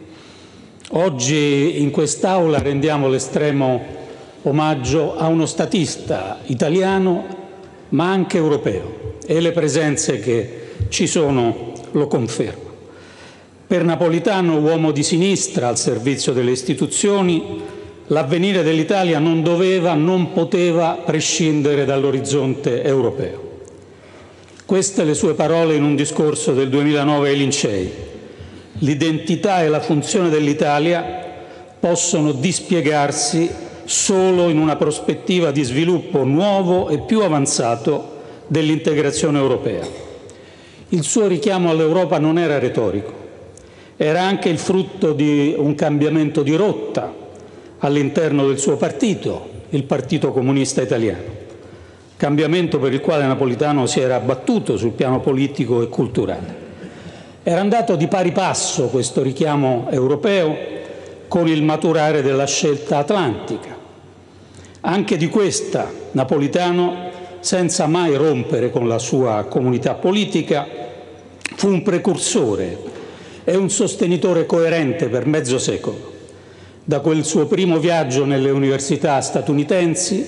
Speaker 9: oggi in quest'Aula rendiamo l'estremo omaggio a uno statista italiano ma anche europeo, e le presenze che ci sono lo confermano. Per Napolitano, uomo di sinistra al servizio delle istituzioni, l'avvenire dell'Italia non doveva, non poteva prescindere dall'orizzonte europeo. Queste le sue parole in un discorso del 2009 ai Lincei. L'identità e la funzione dell'Italia possono dispiegarsi solo in una prospettiva di sviluppo nuovo e più avanzato dell'integrazione europea. Il suo richiamo all'Europa non era retorico, era anche il frutto di un cambiamento di rotta all'interno del suo partito, il Partito Comunista Italiano, cambiamento per il quale Napolitano si era battuto sul piano politico e culturale. Era andato di pari passo questo richiamo europeo con il maturare della scelta atlantica. Anche di questa Napolitano, senza mai rompere con la sua comunità politica, fu un precursore e un sostenitore coerente per mezzo secolo, da quel suo primo viaggio nelle università statunitensi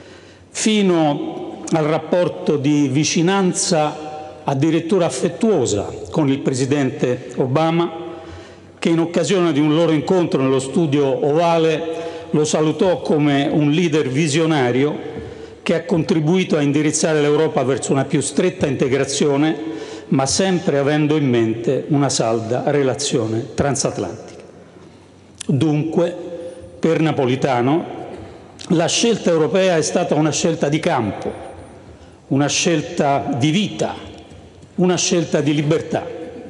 Speaker 9: fino al rapporto di vicinanza addirittura affettuosa con il presidente Obama, che in occasione di un loro incontro nello studio ovale lo salutò come un leader visionario che ha contribuito a indirizzare l'Europa verso una più stretta integrazione, ma sempre avendo in mente una salda relazione transatlantica. Dunque, per Napolitano, la scelta europea è stata una scelta di campo, una scelta di vita, una scelta di libertà.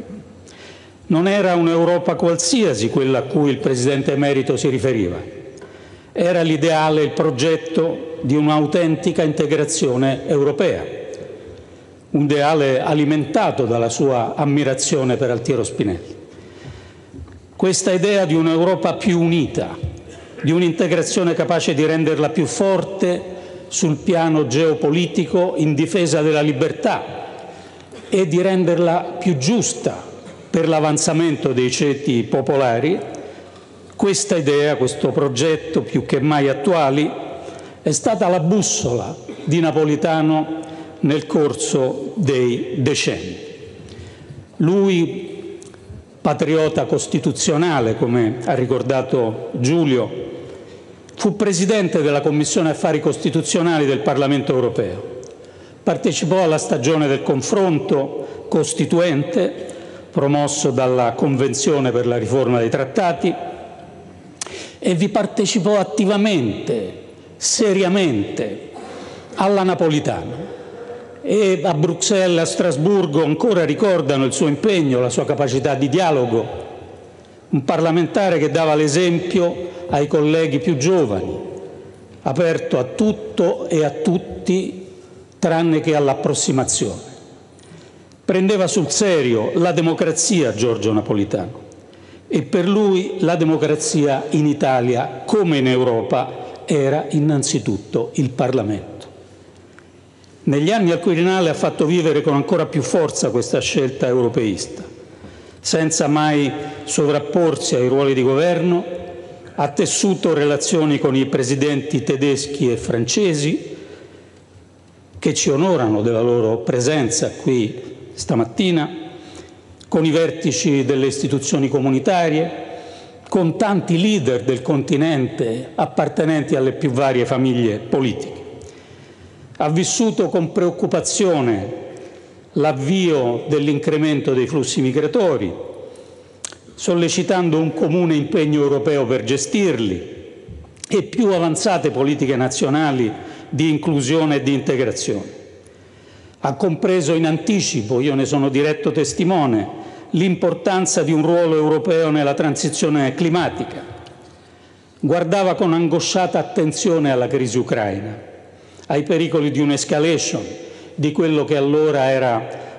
Speaker 9: Non era un'Europa qualsiasi quella a cui il Presidente emerito si riferiva. Era l'ideale, il progetto di un'autentica integrazione europea, un ideale alimentato dalla sua ammirazione per Altiero Spinelli. Questa idea di un'Europa più unita, di un'integrazione capace di renderla più forte sul piano geopolitico in difesa della libertà e di renderla più giusta per l'avanzamento dei ceti popolari, questa idea, questo progetto più che mai attuali, è stata la bussola di Napolitano nel corso dei decenni. Lui, patriota costituzionale, come ha ricordato Giulio, fu presidente della Commissione Affari Costituzionali del Parlamento europeo. Partecipò alla stagione del confronto costituente promosso dalla Convenzione per la riforma dei trattati e vi partecipò attivamente, seriamente, alla Napolitano. E a Bruxelles, a Strasburgo ancora ricordano il suo impegno, la sua capacità di dialogo, un parlamentare che dava l'esempio ai colleghi più giovani, aperto a tutto e a tutti tranne che all'approssimazione. Prendeva sul serio la democrazia Giorgio Napolitano e per lui la democrazia in Italia come in Europa era innanzitutto il Parlamento. Negli anni al Quirinale ha fatto vivere con ancora più forza questa scelta europeista, senza mai sovrapporsi ai ruoli di governo, ha tessuto relazioni con i presidenti tedeschi e francesi, che ci onorano della loro presenza qui stamattina, con i vertici delle istituzioni comunitarie, con tanti leader del continente appartenenti alle più varie famiglie politiche. Ha vissuto con preoccupazione l'avvio dell'incremento dei flussi migratori, sollecitando un comune impegno europeo per gestirli e più avanzate politiche nazionali di inclusione e di integrazione. Ha compreso in anticipo, io ne sono diretto testimone, l'importanza di un ruolo europeo nella transizione climatica. Guardava con angosciata attenzione alla crisi ucraina, ai pericoli di un'escalation di quello che allora era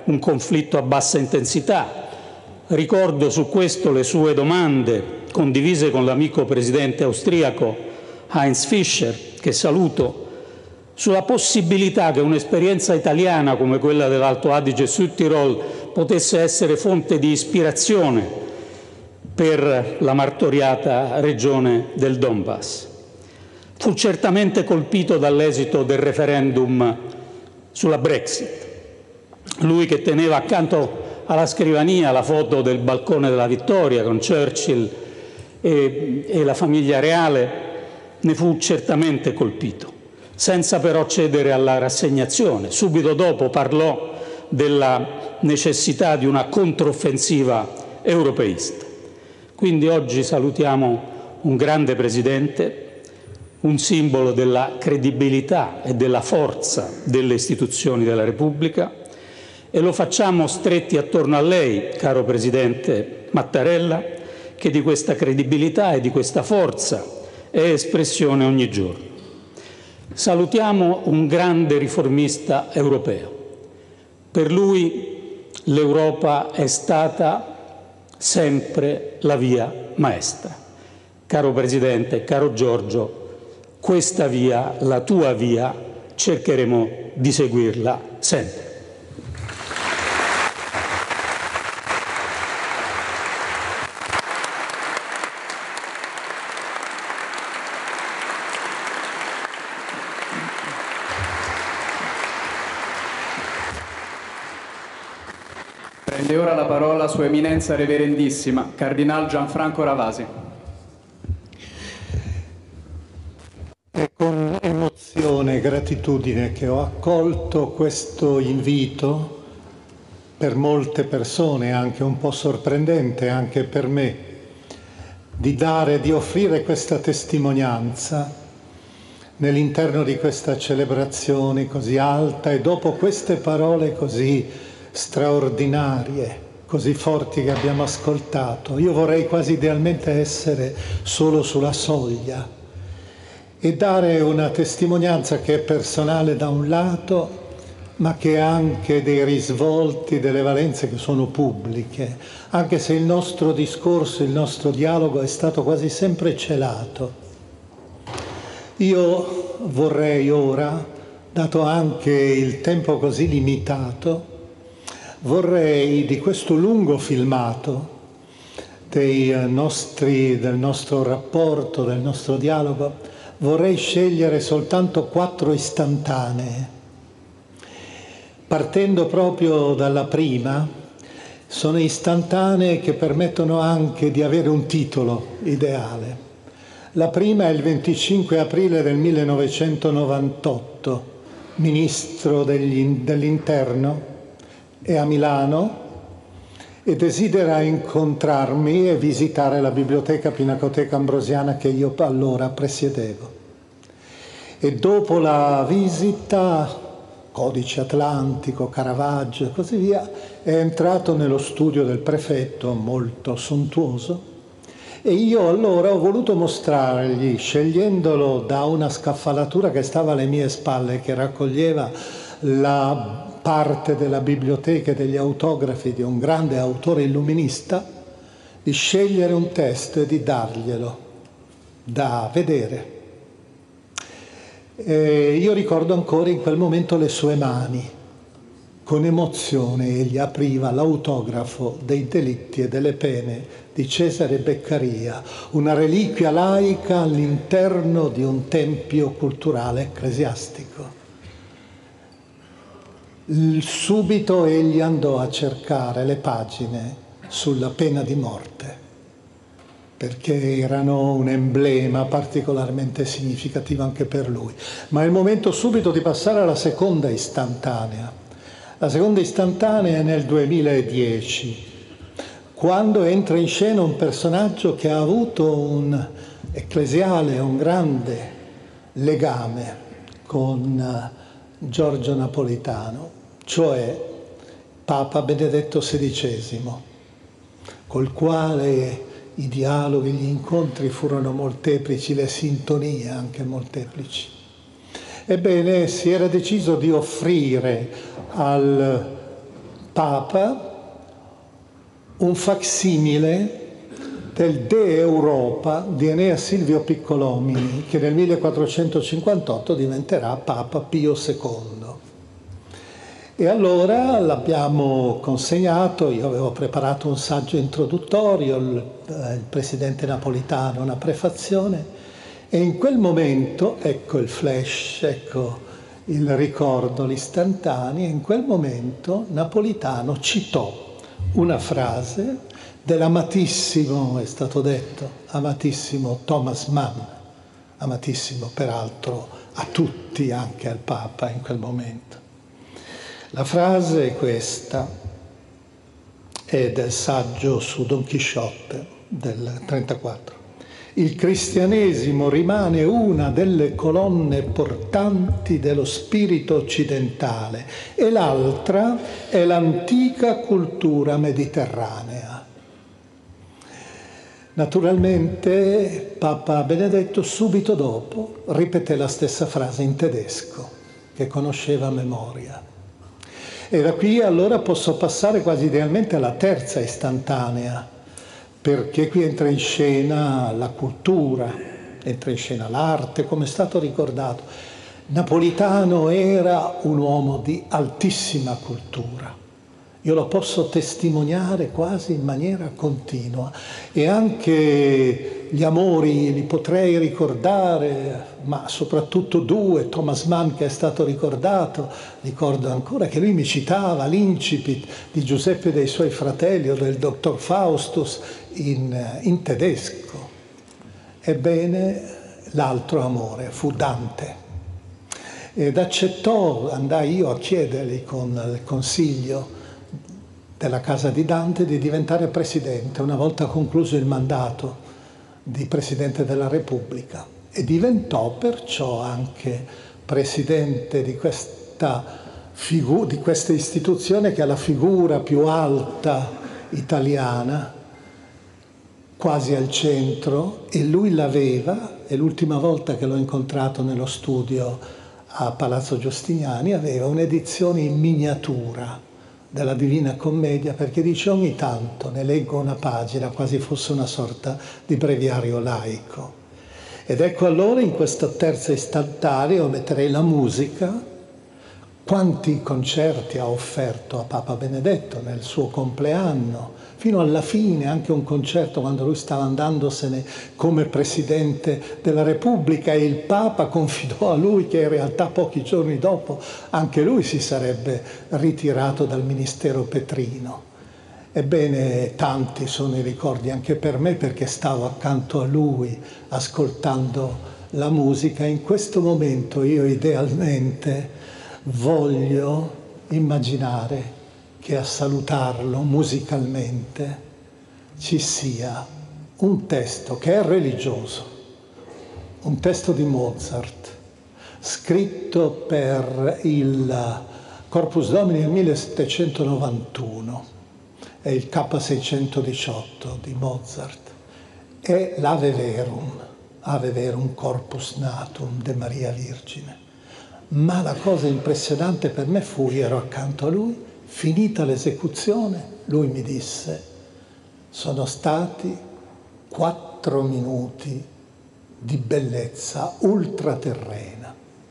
Speaker 9: un conflitto a bassa intensità. Ricordo su questo le sue domande condivise con l'amico presidente austriaco Heinz Fischer, che saluto, sulla possibilità che un'esperienza italiana come quella dell'Alto Adige e Südtirol potesse essere fonte di ispirazione per la martoriata regione del Donbass. Fu certamente colpito dall'esito del referendum sulla Brexit. Lui che teneva accanto alla scrivania la foto del balcone della Vittoria con Churchill e la famiglia reale, ne fu certamente colpito, senza però cedere alla rassegnazione. Subito dopo parlò della necessità di una controffensiva europeista. Quindi oggi salutiamo un grande Presidente, un simbolo della credibilità e della forza delle istituzioni della Repubblica, e lo facciamo stretti attorno a lei, caro Presidente Mattarella, che di questa credibilità e di questa forza è espressione ogni giorno. Salutiamo un grande riformista europeo. Per lui l'Europa è stata sempre la via maestra. Caro Presidente, caro Giorgio, questa via, la tua via, cercheremo di seguirla sempre.
Speaker 4: Prende ora la parola Sua Eminenza Reverendissima, Cardinal Gianfranco Ravasi.
Speaker 10: È con emozione e gratitudine che ho accolto questo invito, per molte persone anche un po' sorprendente, anche per me, di offrire questa testimonianza nell'interno di questa celebrazione così alta e dopo queste parole così straordinarie, così forti che abbiamo ascoltato. Io vorrei quasi idealmente essere solo sulla soglia e dare una testimonianza che è personale da un lato, ma che ha anche dei risvolti, delle valenze che sono pubbliche, anche se il nostro discorso, il nostro dialogo è stato quasi sempre celato. Io vorrei ora, dato anche il tempo così limitato, vorrei di questo lungo filmato del nostro rapporto, del nostro dialogo, vorrei scegliere soltanto 4 istantanee. Partendo proprio dalla prima, sono istantanee che permettono anche di avere un titolo ideale. La prima è il 25 aprile del 1998, ministro dell'Interno, è a Milano e desidera incontrarmi e visitare la biblioteca Pinacoteca Ambrosiana che io allora presiedevo. E dopo la visita, Codice Atlantico, Caravaggio e così via, è entrato nello studio del prefetto, molto sontuoso, e io allora ho voluto mostrargli, scegliendolo da una scaffalatura che stava alle mie spalle, che raccoglieva la parte della biblioteca e degli autografi di un grande autore illuminista, di scegliere un testo e di darglielo da vedere. Io ricordo ancora in quel momento le sue mani. Con emozione egli apriva l'autografo dei delitti e delle pene di Cesare Beccaria, una reliquia laica all'interno di un tempio culturale ecclesiastico. Subito egli andò a cercare le pagine sulla pena di morte, perché erano un emblema particolarmente significativo anche per lui. Ma è il momento subito di passare alla seconda istantanea. La seconda istantanea è nel 2010, quando entra in scena un personaggio che ha avuto un ecclesiale, un grande legame con Giorgio Napolitano, cioè Papa Benedetto XVI, col quale i dialoghi, gli incontri furono molteplici, le sintonie anche molteplici. Ebbene, si era deciso di offrire al Papa un facsimile del De Europa di Enea Silvio Piccolomini, che nel 1458 diventerà Papa Pio II. E allora l'abbiamo consegnato, io avevo preparato un saggio introduttorio, il presidente Napolitano una prefazione, e in quel momento, ecco il flash, ecco il ricordo, l'istantaneo, in quel momento Napolitano citò una frase dell'amatissimo, è stato detto, amatissimo Thomas Mann, amatissimo peraltro a tutti, anche al Papa in quel momento. La frase è questa, è del saggio su Don Chisciotte del 1934. Il cristianesimo rimane una delle colonne portanti dello spirito occidentale e l'altra è l'antica cultura mediterranea. Naturalmente Papa Benedetto subito dopo ripeté la stessa frase in tedesco, che conosceva a memoria. E da qui allora posso passare quasi idealmente alla terza istantanea, perché qui entra in scena la cultura, entra in scena l'arte, come è stato ricordato. Napolitano era un uomo di altissima cultura. Io lo posso testimoniare quasi in maniera continua e anche gli amori li potrei ricordare, ma soprattutto due, Thomas Mann che è stato ricordato, ricordo ancora che lui mi citava l'incipit di Giuseppe e dei suoi fratelli o del dottor Faustus in tedesco. Ebbene, l'altro amore fu Dante. Ed accettò, andai io a chiedergli con il consiglio della casa di Dante di diventare presidente, una volta concluso il mandato di Presidente della Repubblica, e diventò perciò anche presidente di questa istituzione che è la figura più alta italiana, quasi al centro, e lui l'aveva, e l'ultima volta che l'ho incontrato nello studio a Palazzo Giustiniani aveva un'edizione in miniatura della Divina Commedia, perché dice ogni tanto ne leggo una pagina quasi fosse una sorta di breviario laico. Ed ecco allora in questa terza istantanea io metterei la musica. Quanti concerti ha offerto a Papa Benedetto nel suo compleanno, fino alla fine anche un concerto quando lui stava andandosene come Presidente della Repubblica e il Papa confidò a lui che in realtà pochi giorni dopo anche lui si sarebbe ritirato dal ministero petrino. Ebbene, tanti sono i ricordi anche per me perché stavo accanto a lui ascoltando la musica. In questo momento io idealmente voglio immaginare che a salutarlo musicalmente ci sia un testo che è religioso, un testo di Mozart, scritto per il Corpus Domini del 1791, è il K618 di Mozart, è l'Ave Verum Corpus Natum de Maria Virgine. Ma la cosa impressionante per me fu, io ero accanto a lui, finita l'esecuzione, lui mi disse, sono stati 4 minuti di bellezza ultraterrena.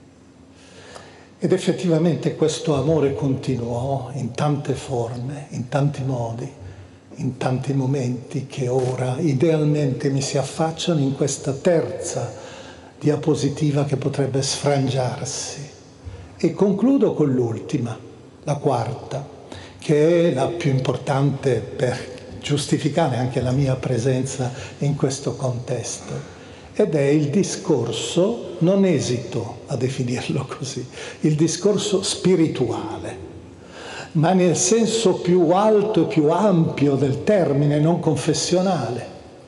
Speaker 10: Ed effettivamente questo amore continuò in tante forme, in tanti modi, in tanti momenti che ora idealmente mi si affacciano in questa terza diapositiva che potrebbe sfrangiarsi. E concludo con l'ultima, la quarta, che è la più importante per giustificare anche la mia presenza in questo contesto, ed è il discorso, non esito a definirlo così, il discorso spirituale, ma nel senso più alto e più ampio del termine, non confessionale.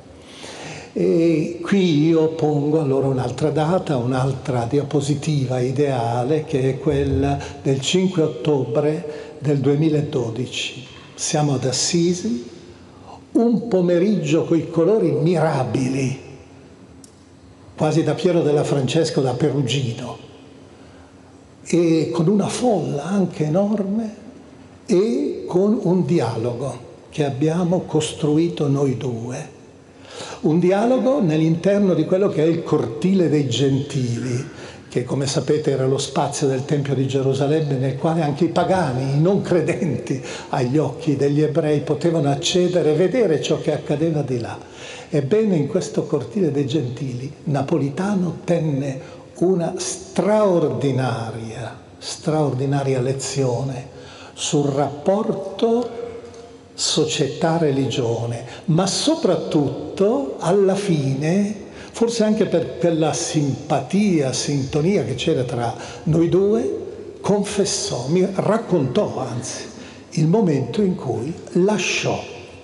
Speaker 10: E qui io pongo allora un'altra data, un'altra diapositiva ideale, che è quella del 5 ottobre del 2012. Siamo ad Assisi, un pomeriggio coi colori mirabili, quasi da Piero della Francesco, da e con una folla anche enorme e con con un dialogo che abbiamo costruito noi due. Un dialogo nell'interno di quello che è il cortile dei Gentili, che come sapete era lo spazio del Tempio di Gerusalemme nel quale anche i pagani, i non credenti agli occhi degli ebrei potevano accedere e vedere ciò che accadeva di là. Ebbene, in questo cortile dei Gentili Napolitano tenne una straordinaria lezione sul rapporto società-religione, ma soprattutto alla fine, forse anche per quella simpatia, sintonia che c'era tra noi due, confessò, mi raccontò anzi, il momento in cui lasciò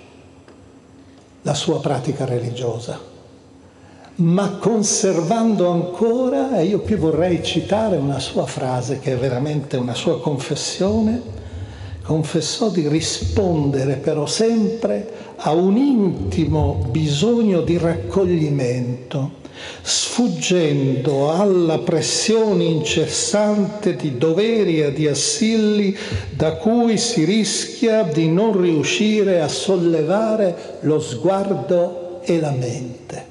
Speaker 10: la sua pratica religiosa, ma conservando ancora, e io qui vorrei citare una sua frase che è veramente una sua confessione, confessò di rispondere però sempre a un intimo bisogno di raccoglimento, sfuggendo alla pressione incessante di doveri e di assilli da cui si rischia di non riuscire a sollevare lo sguardo e la mente.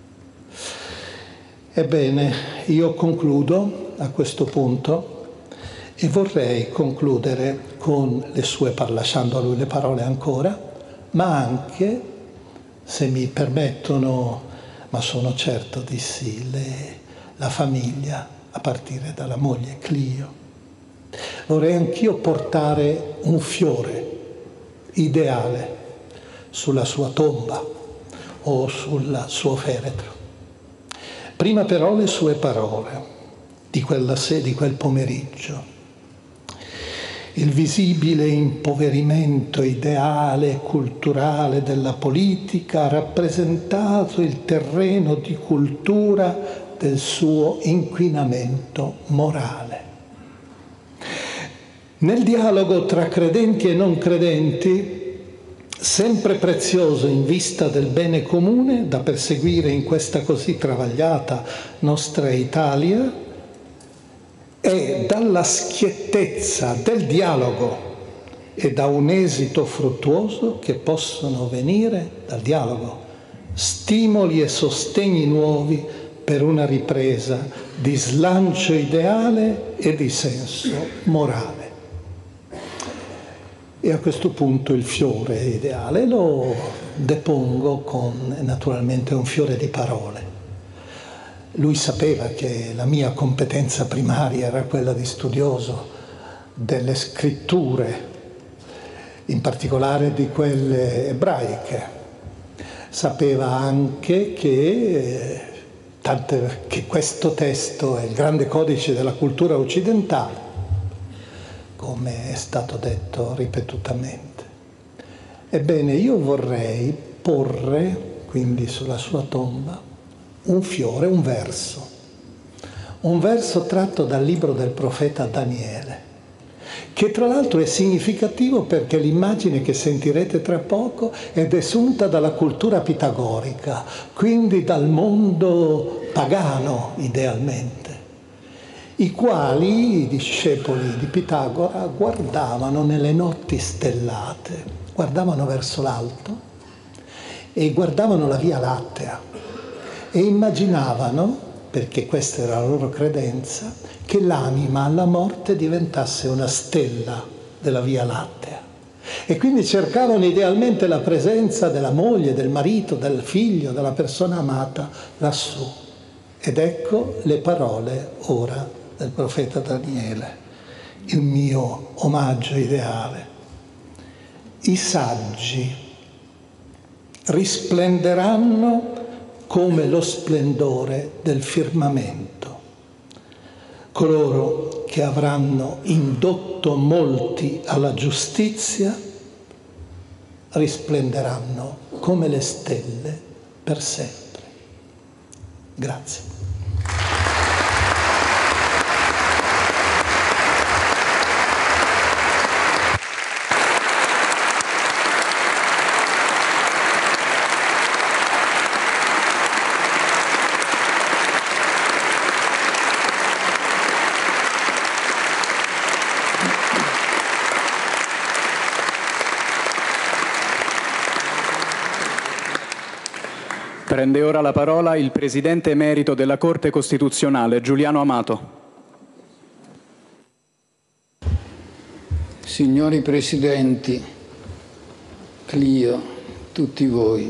Speaker 10: Ebbene, io concludo a questo punto e vorrei concludere con le sue parole, lasciando a lui le parole ancora, ma anche, se mi permettono, ma sono certo di sì, la famiglia, a partire dalla moglie Clio. Vorrei anch'io portare un fiore ideale sulla sua tomba o sul suo feretro. Prima però le sue parole di quel pomeriggio. Il visibile impoverimento ideale e culturale della politica ha rappresentato il terreno di cultura del suo inquinamento morale. Nel dialogo tra credenti e non credenti, sempre prezioso in vista del bene comune da perseguire in questa così travagliata nostra Italia, è dalla schiettezza del dialogo e da un esito fruttuoso che possono venire dal dialogo stimoli e sostegni nuovi per una ripresa di slancio ideale e di senso morale. E a questo punto il fiore ideale lo depongo con naturalmente un fiore di parole. Lui sapeva che la mia competenza primaria era quella di studioso delle scritture, in particolare di quelle ebraiche. Sapeva anche che questo testo è il grande codice della cultura occidentale, come è stato detto ripetutamente. Ebbene, io vorrei porre, quindi sulla sua tomba, un fiore, un verso tratto dal libro del profeta Daniele, che tra l'altro è significativo perché l'immagine che sentirete tra poco è desunta dalla cultura pitagorica, quindi dal mondo pagano idealmente, i quali, i discepoli di Pitagora, guardavano nelle notti stellate, guardavano verso l'alto e guardavano la Via Lattea e immaginavano, perché questa era la loro credenza, che l'anima alla morte diventasse una stella della Via Lattea. E quindi cercavano idealmente la presenza della moglie, del marito, del figlio, della persona amata lassù. Ed ecco le parole ora del profeta Daniele, il mio omaggio ideale. I saggi risplenderanno come lo splendore del firmamento. Coloro che avranno indotto molti alla giustizia risplenderanno come le stelle per sempre. Grazie.
Speaker 4: Prende ora la parola il Presidente emerito della Corte Costituzionale, Giuliano Amato.
Speaker 11: Signori Presidenti, Clio, tutti voi,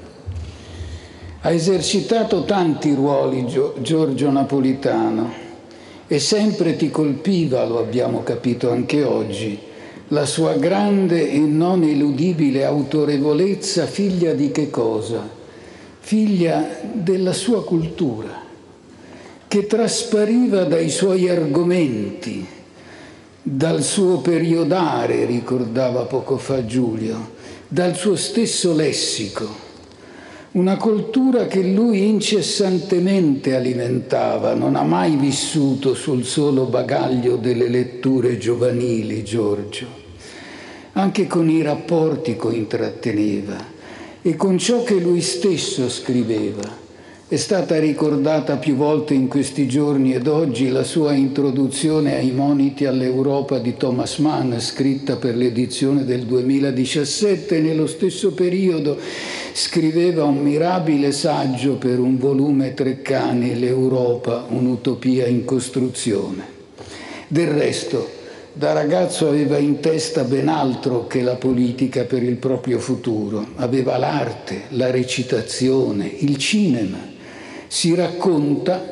Speaker 11: ha esercitato tanti ruoli Giorgio Napolitano e sempre ti colpiva, lo abbiamo capito anche oggi, la sua grande e non eludibile autorevolezza, figlia di che cosa? Figlia della sua cultura, che traspariva dai suoi argomenti, dal suo periodare, ricordava poco fa Giulio, dal suo stesso lessico. Una cultura che lui incessantemente alimentava, non ha mai vissuto sul solo bagaglio delle letture giovanili, Giorgio. Anche con i rapporti cointratteneva e con ciò che lui stesso scriveva. È stata ricordata più volte in questi giorni ed oggi la sua introduzione ai moniti all'Europa di Thomas Mann, scritta per l'edizione del 2017. Nello stesso periodo scriveva un mirabile saggio per un volume Treccani, L'Europa, un'utopia in costruzione. Del resto, da ragazzo aveva in testa ben altro che la politica per il proprio futuro. Aveva l'arte, la recitazione, il cinema. Si racconta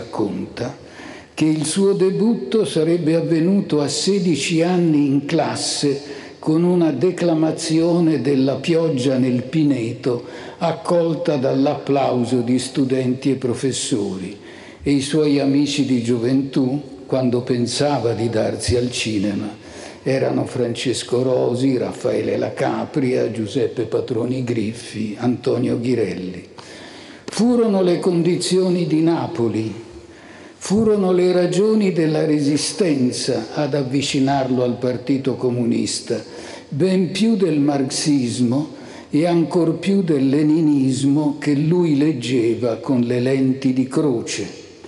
Speaker 11: che il suo debutto sarebbe avvenuto a 16 anni in classe con una declamazione della Pioggia nel Pineto accolta dall'applauso di studenti e professori, e i suoi amici di gioventù, quando pensava di darsi al cinema, erano Francesco Rosi, Raffaele La Capria, Giuseppe Patroni Griffi, Antonio Ghirelli. Furono le condizioni di Napoli, furono le ragioni della resistenza ad avvicinarlo al Partito Comunista, ben più del marxismo e ancor più del leninismo che lui leggeva con le lenti di croce.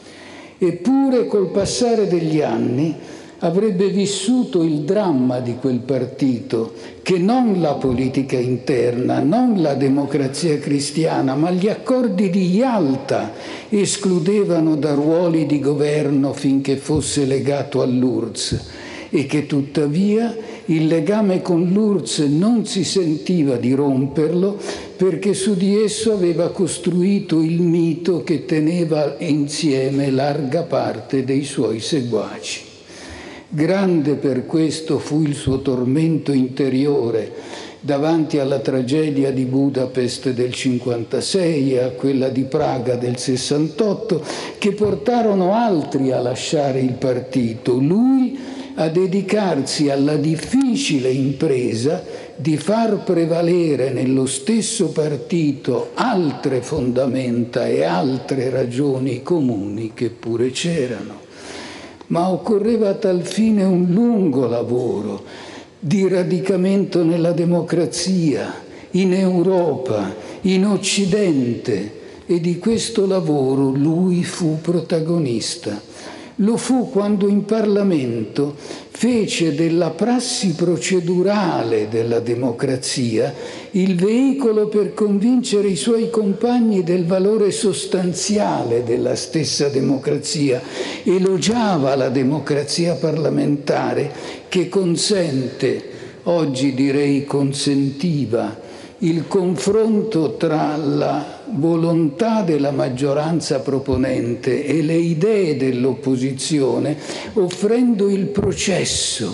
Speaker 11: Eppure col passare degli anni avrebbe vissuto il dramma di quel partito, che non la politica interna, non la democrazia cristiana, ma gli accordi di Yalta escludevano da ruoli di governo finché fosse legato all'URSS, e che tuttavia il legame con l'URSS non si sentiva di romperlo perché su di esso aveva costruito il mito che teneva insieme larga parte dei suoi seguaci. Grande per questo fu il suo tormento interiore davanti alla tragedia di Budapest del 56 e a quella di Praga del 68, che portarono altri a lasciare il partito, lui a dedicarsi alla difficile impresa di far prevalere nello stesso partito altre fondamenta e altre ragioni comuni che pure c'erano. Ma occorreva a tal fine un lungo lavoro di radicamento nella democrazia, in Europa, in Occidente, e di questo lavoro lui fu protagonista. Lo fu quando in Parlamento fece della prassi procedurale della democrazia il veicolo per convincere i suoi compagni del valore sostanziale della stessa democrazia. Elogiava la democrazia parlamentare che consente, oggi direi consentiva, il confronto tra la volontà della maggioranza proponente e le idee dell'opposizione, offrendo il processo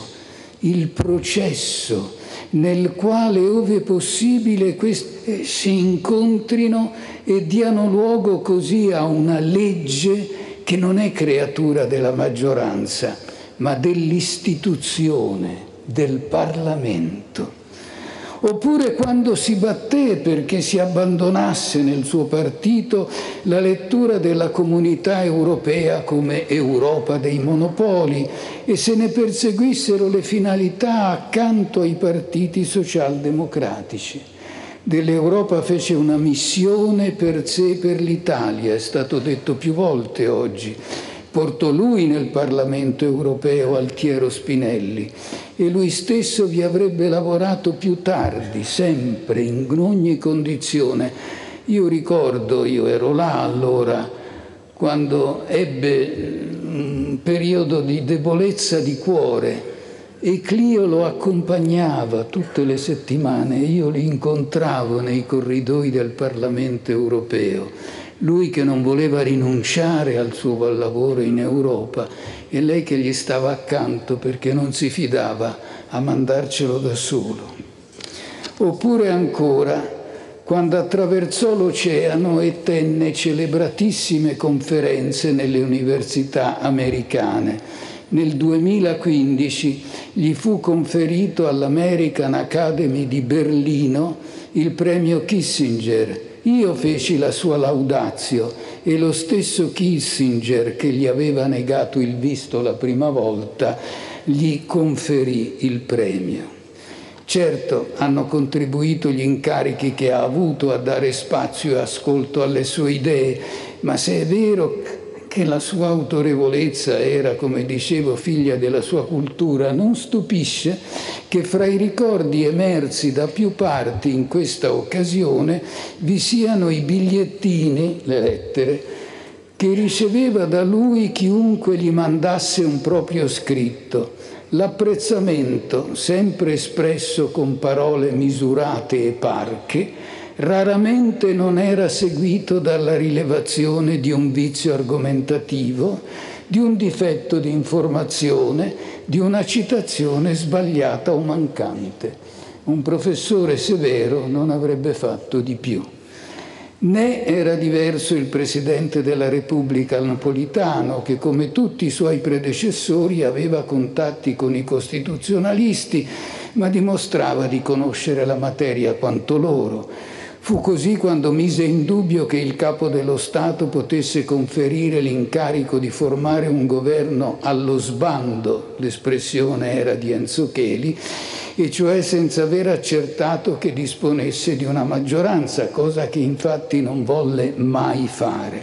Speaker 11: nel quale, ove possibile, queste si incontrino e diano luogo così a una legge che non è creatura della maggioranza, ma dell'istituzione, del Parlamento. Oppure quando si batté perché si abbandonasse nel suo partito la lettura della Comunità Europea come Europa dei monopoli e se ne perseguissero le finalità accanto ai partiti socialdemocratici. Dell'Europa fece una missione per sé e per l'Italia, è stato detto più volte oggi. Portò lui nel Parlamento europeo Altiero Spinelli e lui stesso vi avrebbe lavorato più tardi, sempre, in ogni condizione, Io ricordo, io ero là allora, quando ebbe un periodo di debolezza di cuore e Clio lo accompagnava tutte le settimane, io li incontravo nei corridoi del Parlamento europeo, lui che non voleva rinunciare al suo lavoro in Europa e lei che gli stava accanto perché non si fidava a mandarcelo da solo. Oppure ancora quando attraversò l'oceano e tenne celebratissime conferenze nelle università americane. Nel 2015 gli fu conferito all'American Academy di Berlino il premio Kissinger. Io feci la sua laudatio e lo stesso Kissinger, che gli aveva negato il visto la prima volta, gli conferì il premio. Certo, hanno contribuito gli incarichi che ha avuto a dare spazio e ascolto alle sue idee, ma se è vero che la sua autorevolezza era, come dicevo, figlia della sua cultura, non stupisce che fra i ricordi emersi da più parti in questa occasione vi siano i bigliettini, le lettere, che riceveva da lui chiunque gli mandasse un proprio scritto. L'apprezzamento, sempre espresso con parole misurate e parche, raramente non era seguito dalla rilevazione di un vizio argomentativo, di un difetto di informazione, di una citazione sbagliata o mancante. Un professore severo non avrebbe fatto di più. Né era diverso il Presidente della Repubblica Napolitano, che come tutti i suoi predecessori aveva contatti con i costituzionalisti, ma dimostrava di conoscere la materia quanto loro. Fu così quando mise in dubbio che il Capo dello Stato potesse conferire l'incarico di formare un governo allo sbando, l'espressione era di Enzo Cheli, e cioè senza aver accertato che disponesse di una maggioranza, cosa che infatti non volle mai fare.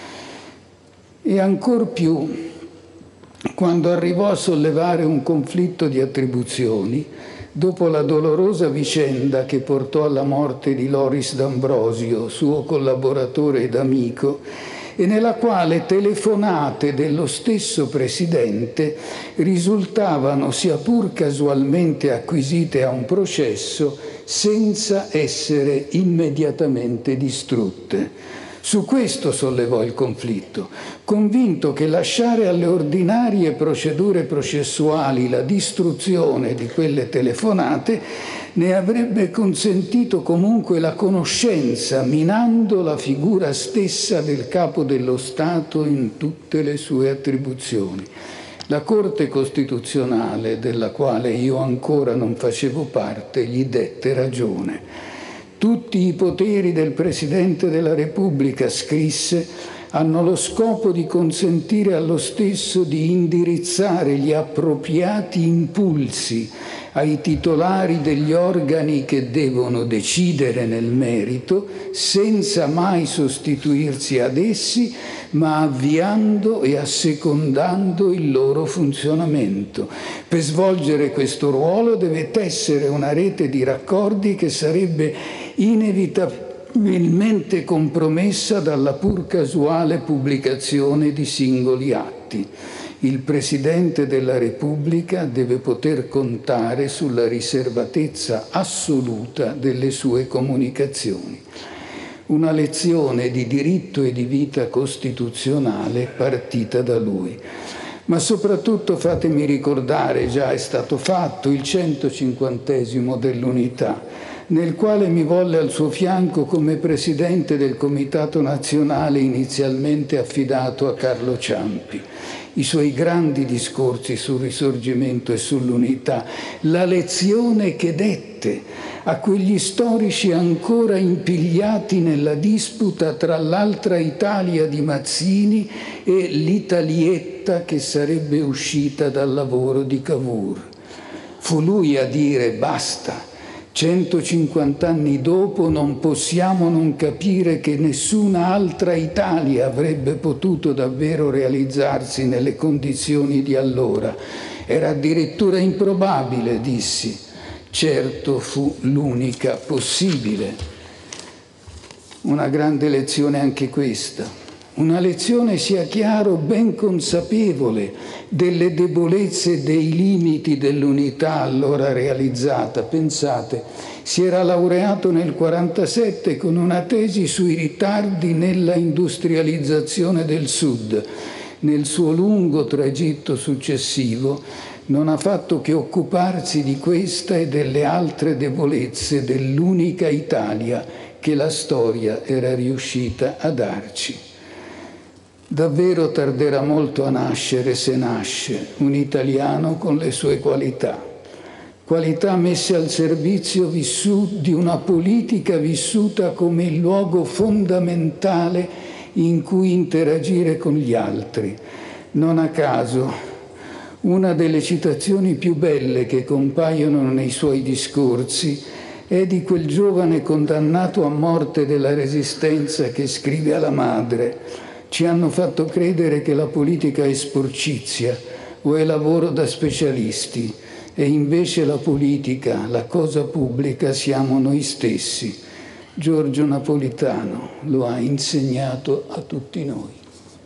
Speaker 11: E ancor più, quando arrivò a sollevare un conflitto di attribuzioni, dopo la dolorosa vicenda che portò alla morte di Loris D'Ambrosio, suo collaboratore ed amico, e nella quale telefonate dello stesso Presidente risultavano, sia pur casualmente acquisite a un processo, senza essere immediatamente distrutte. Su questo sollevò il conflitto, convinto che lasciare alle ordinarie procedure processuali la distruzione di quelle telefonate ne avrebbe consentito comunque la conoscenza, minando la figura stessa del Capo dello Stato in tutte le sue attribuzioni. La Corte Costituzionale, della quale io ancora non facevo parte, gli dette ragione. Tutti i poteri del Presidente della Repubblica, scrisse, hanno lo scopo di consentire allo stesso di indirizzare gli appropriati impulsi ai titolari degli organi che devono decidere nel merito, senza mai sostituirsi ad essi, ma avviando e assecondando il loro funzionamento. Per svolgere questo ruolo deve tessere una rete di raccordi che sarebbe inevitabilmente compromessa dalla pur casuale pubblicazione di singoli atti. Il Presidente della Repubblica deve poter contare sulla riservatezza assoluta delle sue comunicazioni. Una lezione di diritto e di vita costituzionale partita da lui. Ma soprattutto fatemi ricordare, già è stato fatto, il 150° dell'Unità, nel quale mi volle al suo fianco come presidente del Comitato Nazionale inizialmente affidato a Carlo Ciampi. I suoi grandi discorsi sul Risorgimento e sull'unità, la lezione che dette a quegli storici ancora impigliati nella disputa tra l'altra Italia di Mazzini e l'Italietta che sarebbe uscita dal lavoro di Cavour. Fu lui a dire basta. 150 anni dopo non possiamo non capire che nessuna altra Italia avrebbe potuto davvero realizzarsi nelle condizioni di allora. Era addirittura improbabile, dissi. Certo fu l'unica possibile. Una grande lezione anche questa. Una lezione, sia chiaro, ben consapevole delle debolezze e dei limiti dell'unità allora realizzata. Pensate, si era laureato nel 1947 con una tesi sui ritardi nella industrializzazione del Sud. Nel suo lungo tragitto successivo non ha fatto che occuparsi di questa e delle altre debolezze dell'unica Italia che la storia era riuscita a darci. Davvero tarderà molto a nascere, se nasce, un italiano con le sue qualità. Qualità messe al servizio di una politica vissuta come il luogo fondamentale in cui interagire con gli altri. Non a caso, una delle citazioni più belle che compaiono nei suoi discorsi è di quel giovane condannato a morte della Resistenza che scrive alla madre: ci hanno fatto credere che la politica è sporcizia o è lavoro da specialisti, e invece la politica, la cosa pubblica, siamo noi stessi. Giorgio Napolitano lo ha insegnato a tutti noi.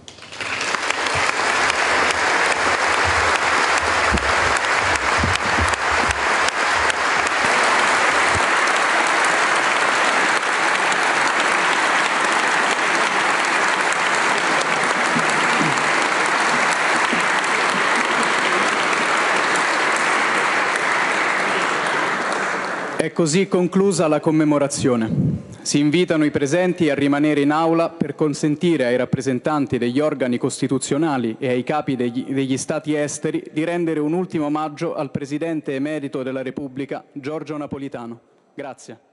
Speaker 4: È così conclusa la commemorazione. Si invitano i presenti a rimanere in aula per consentire ai rappresentanti degli organi costituzionali e ai capi degli Stati esteri di rendere un ultimo omaggio al Presidente emerito della Repubblica, Giorgio Napolitano. Grazie.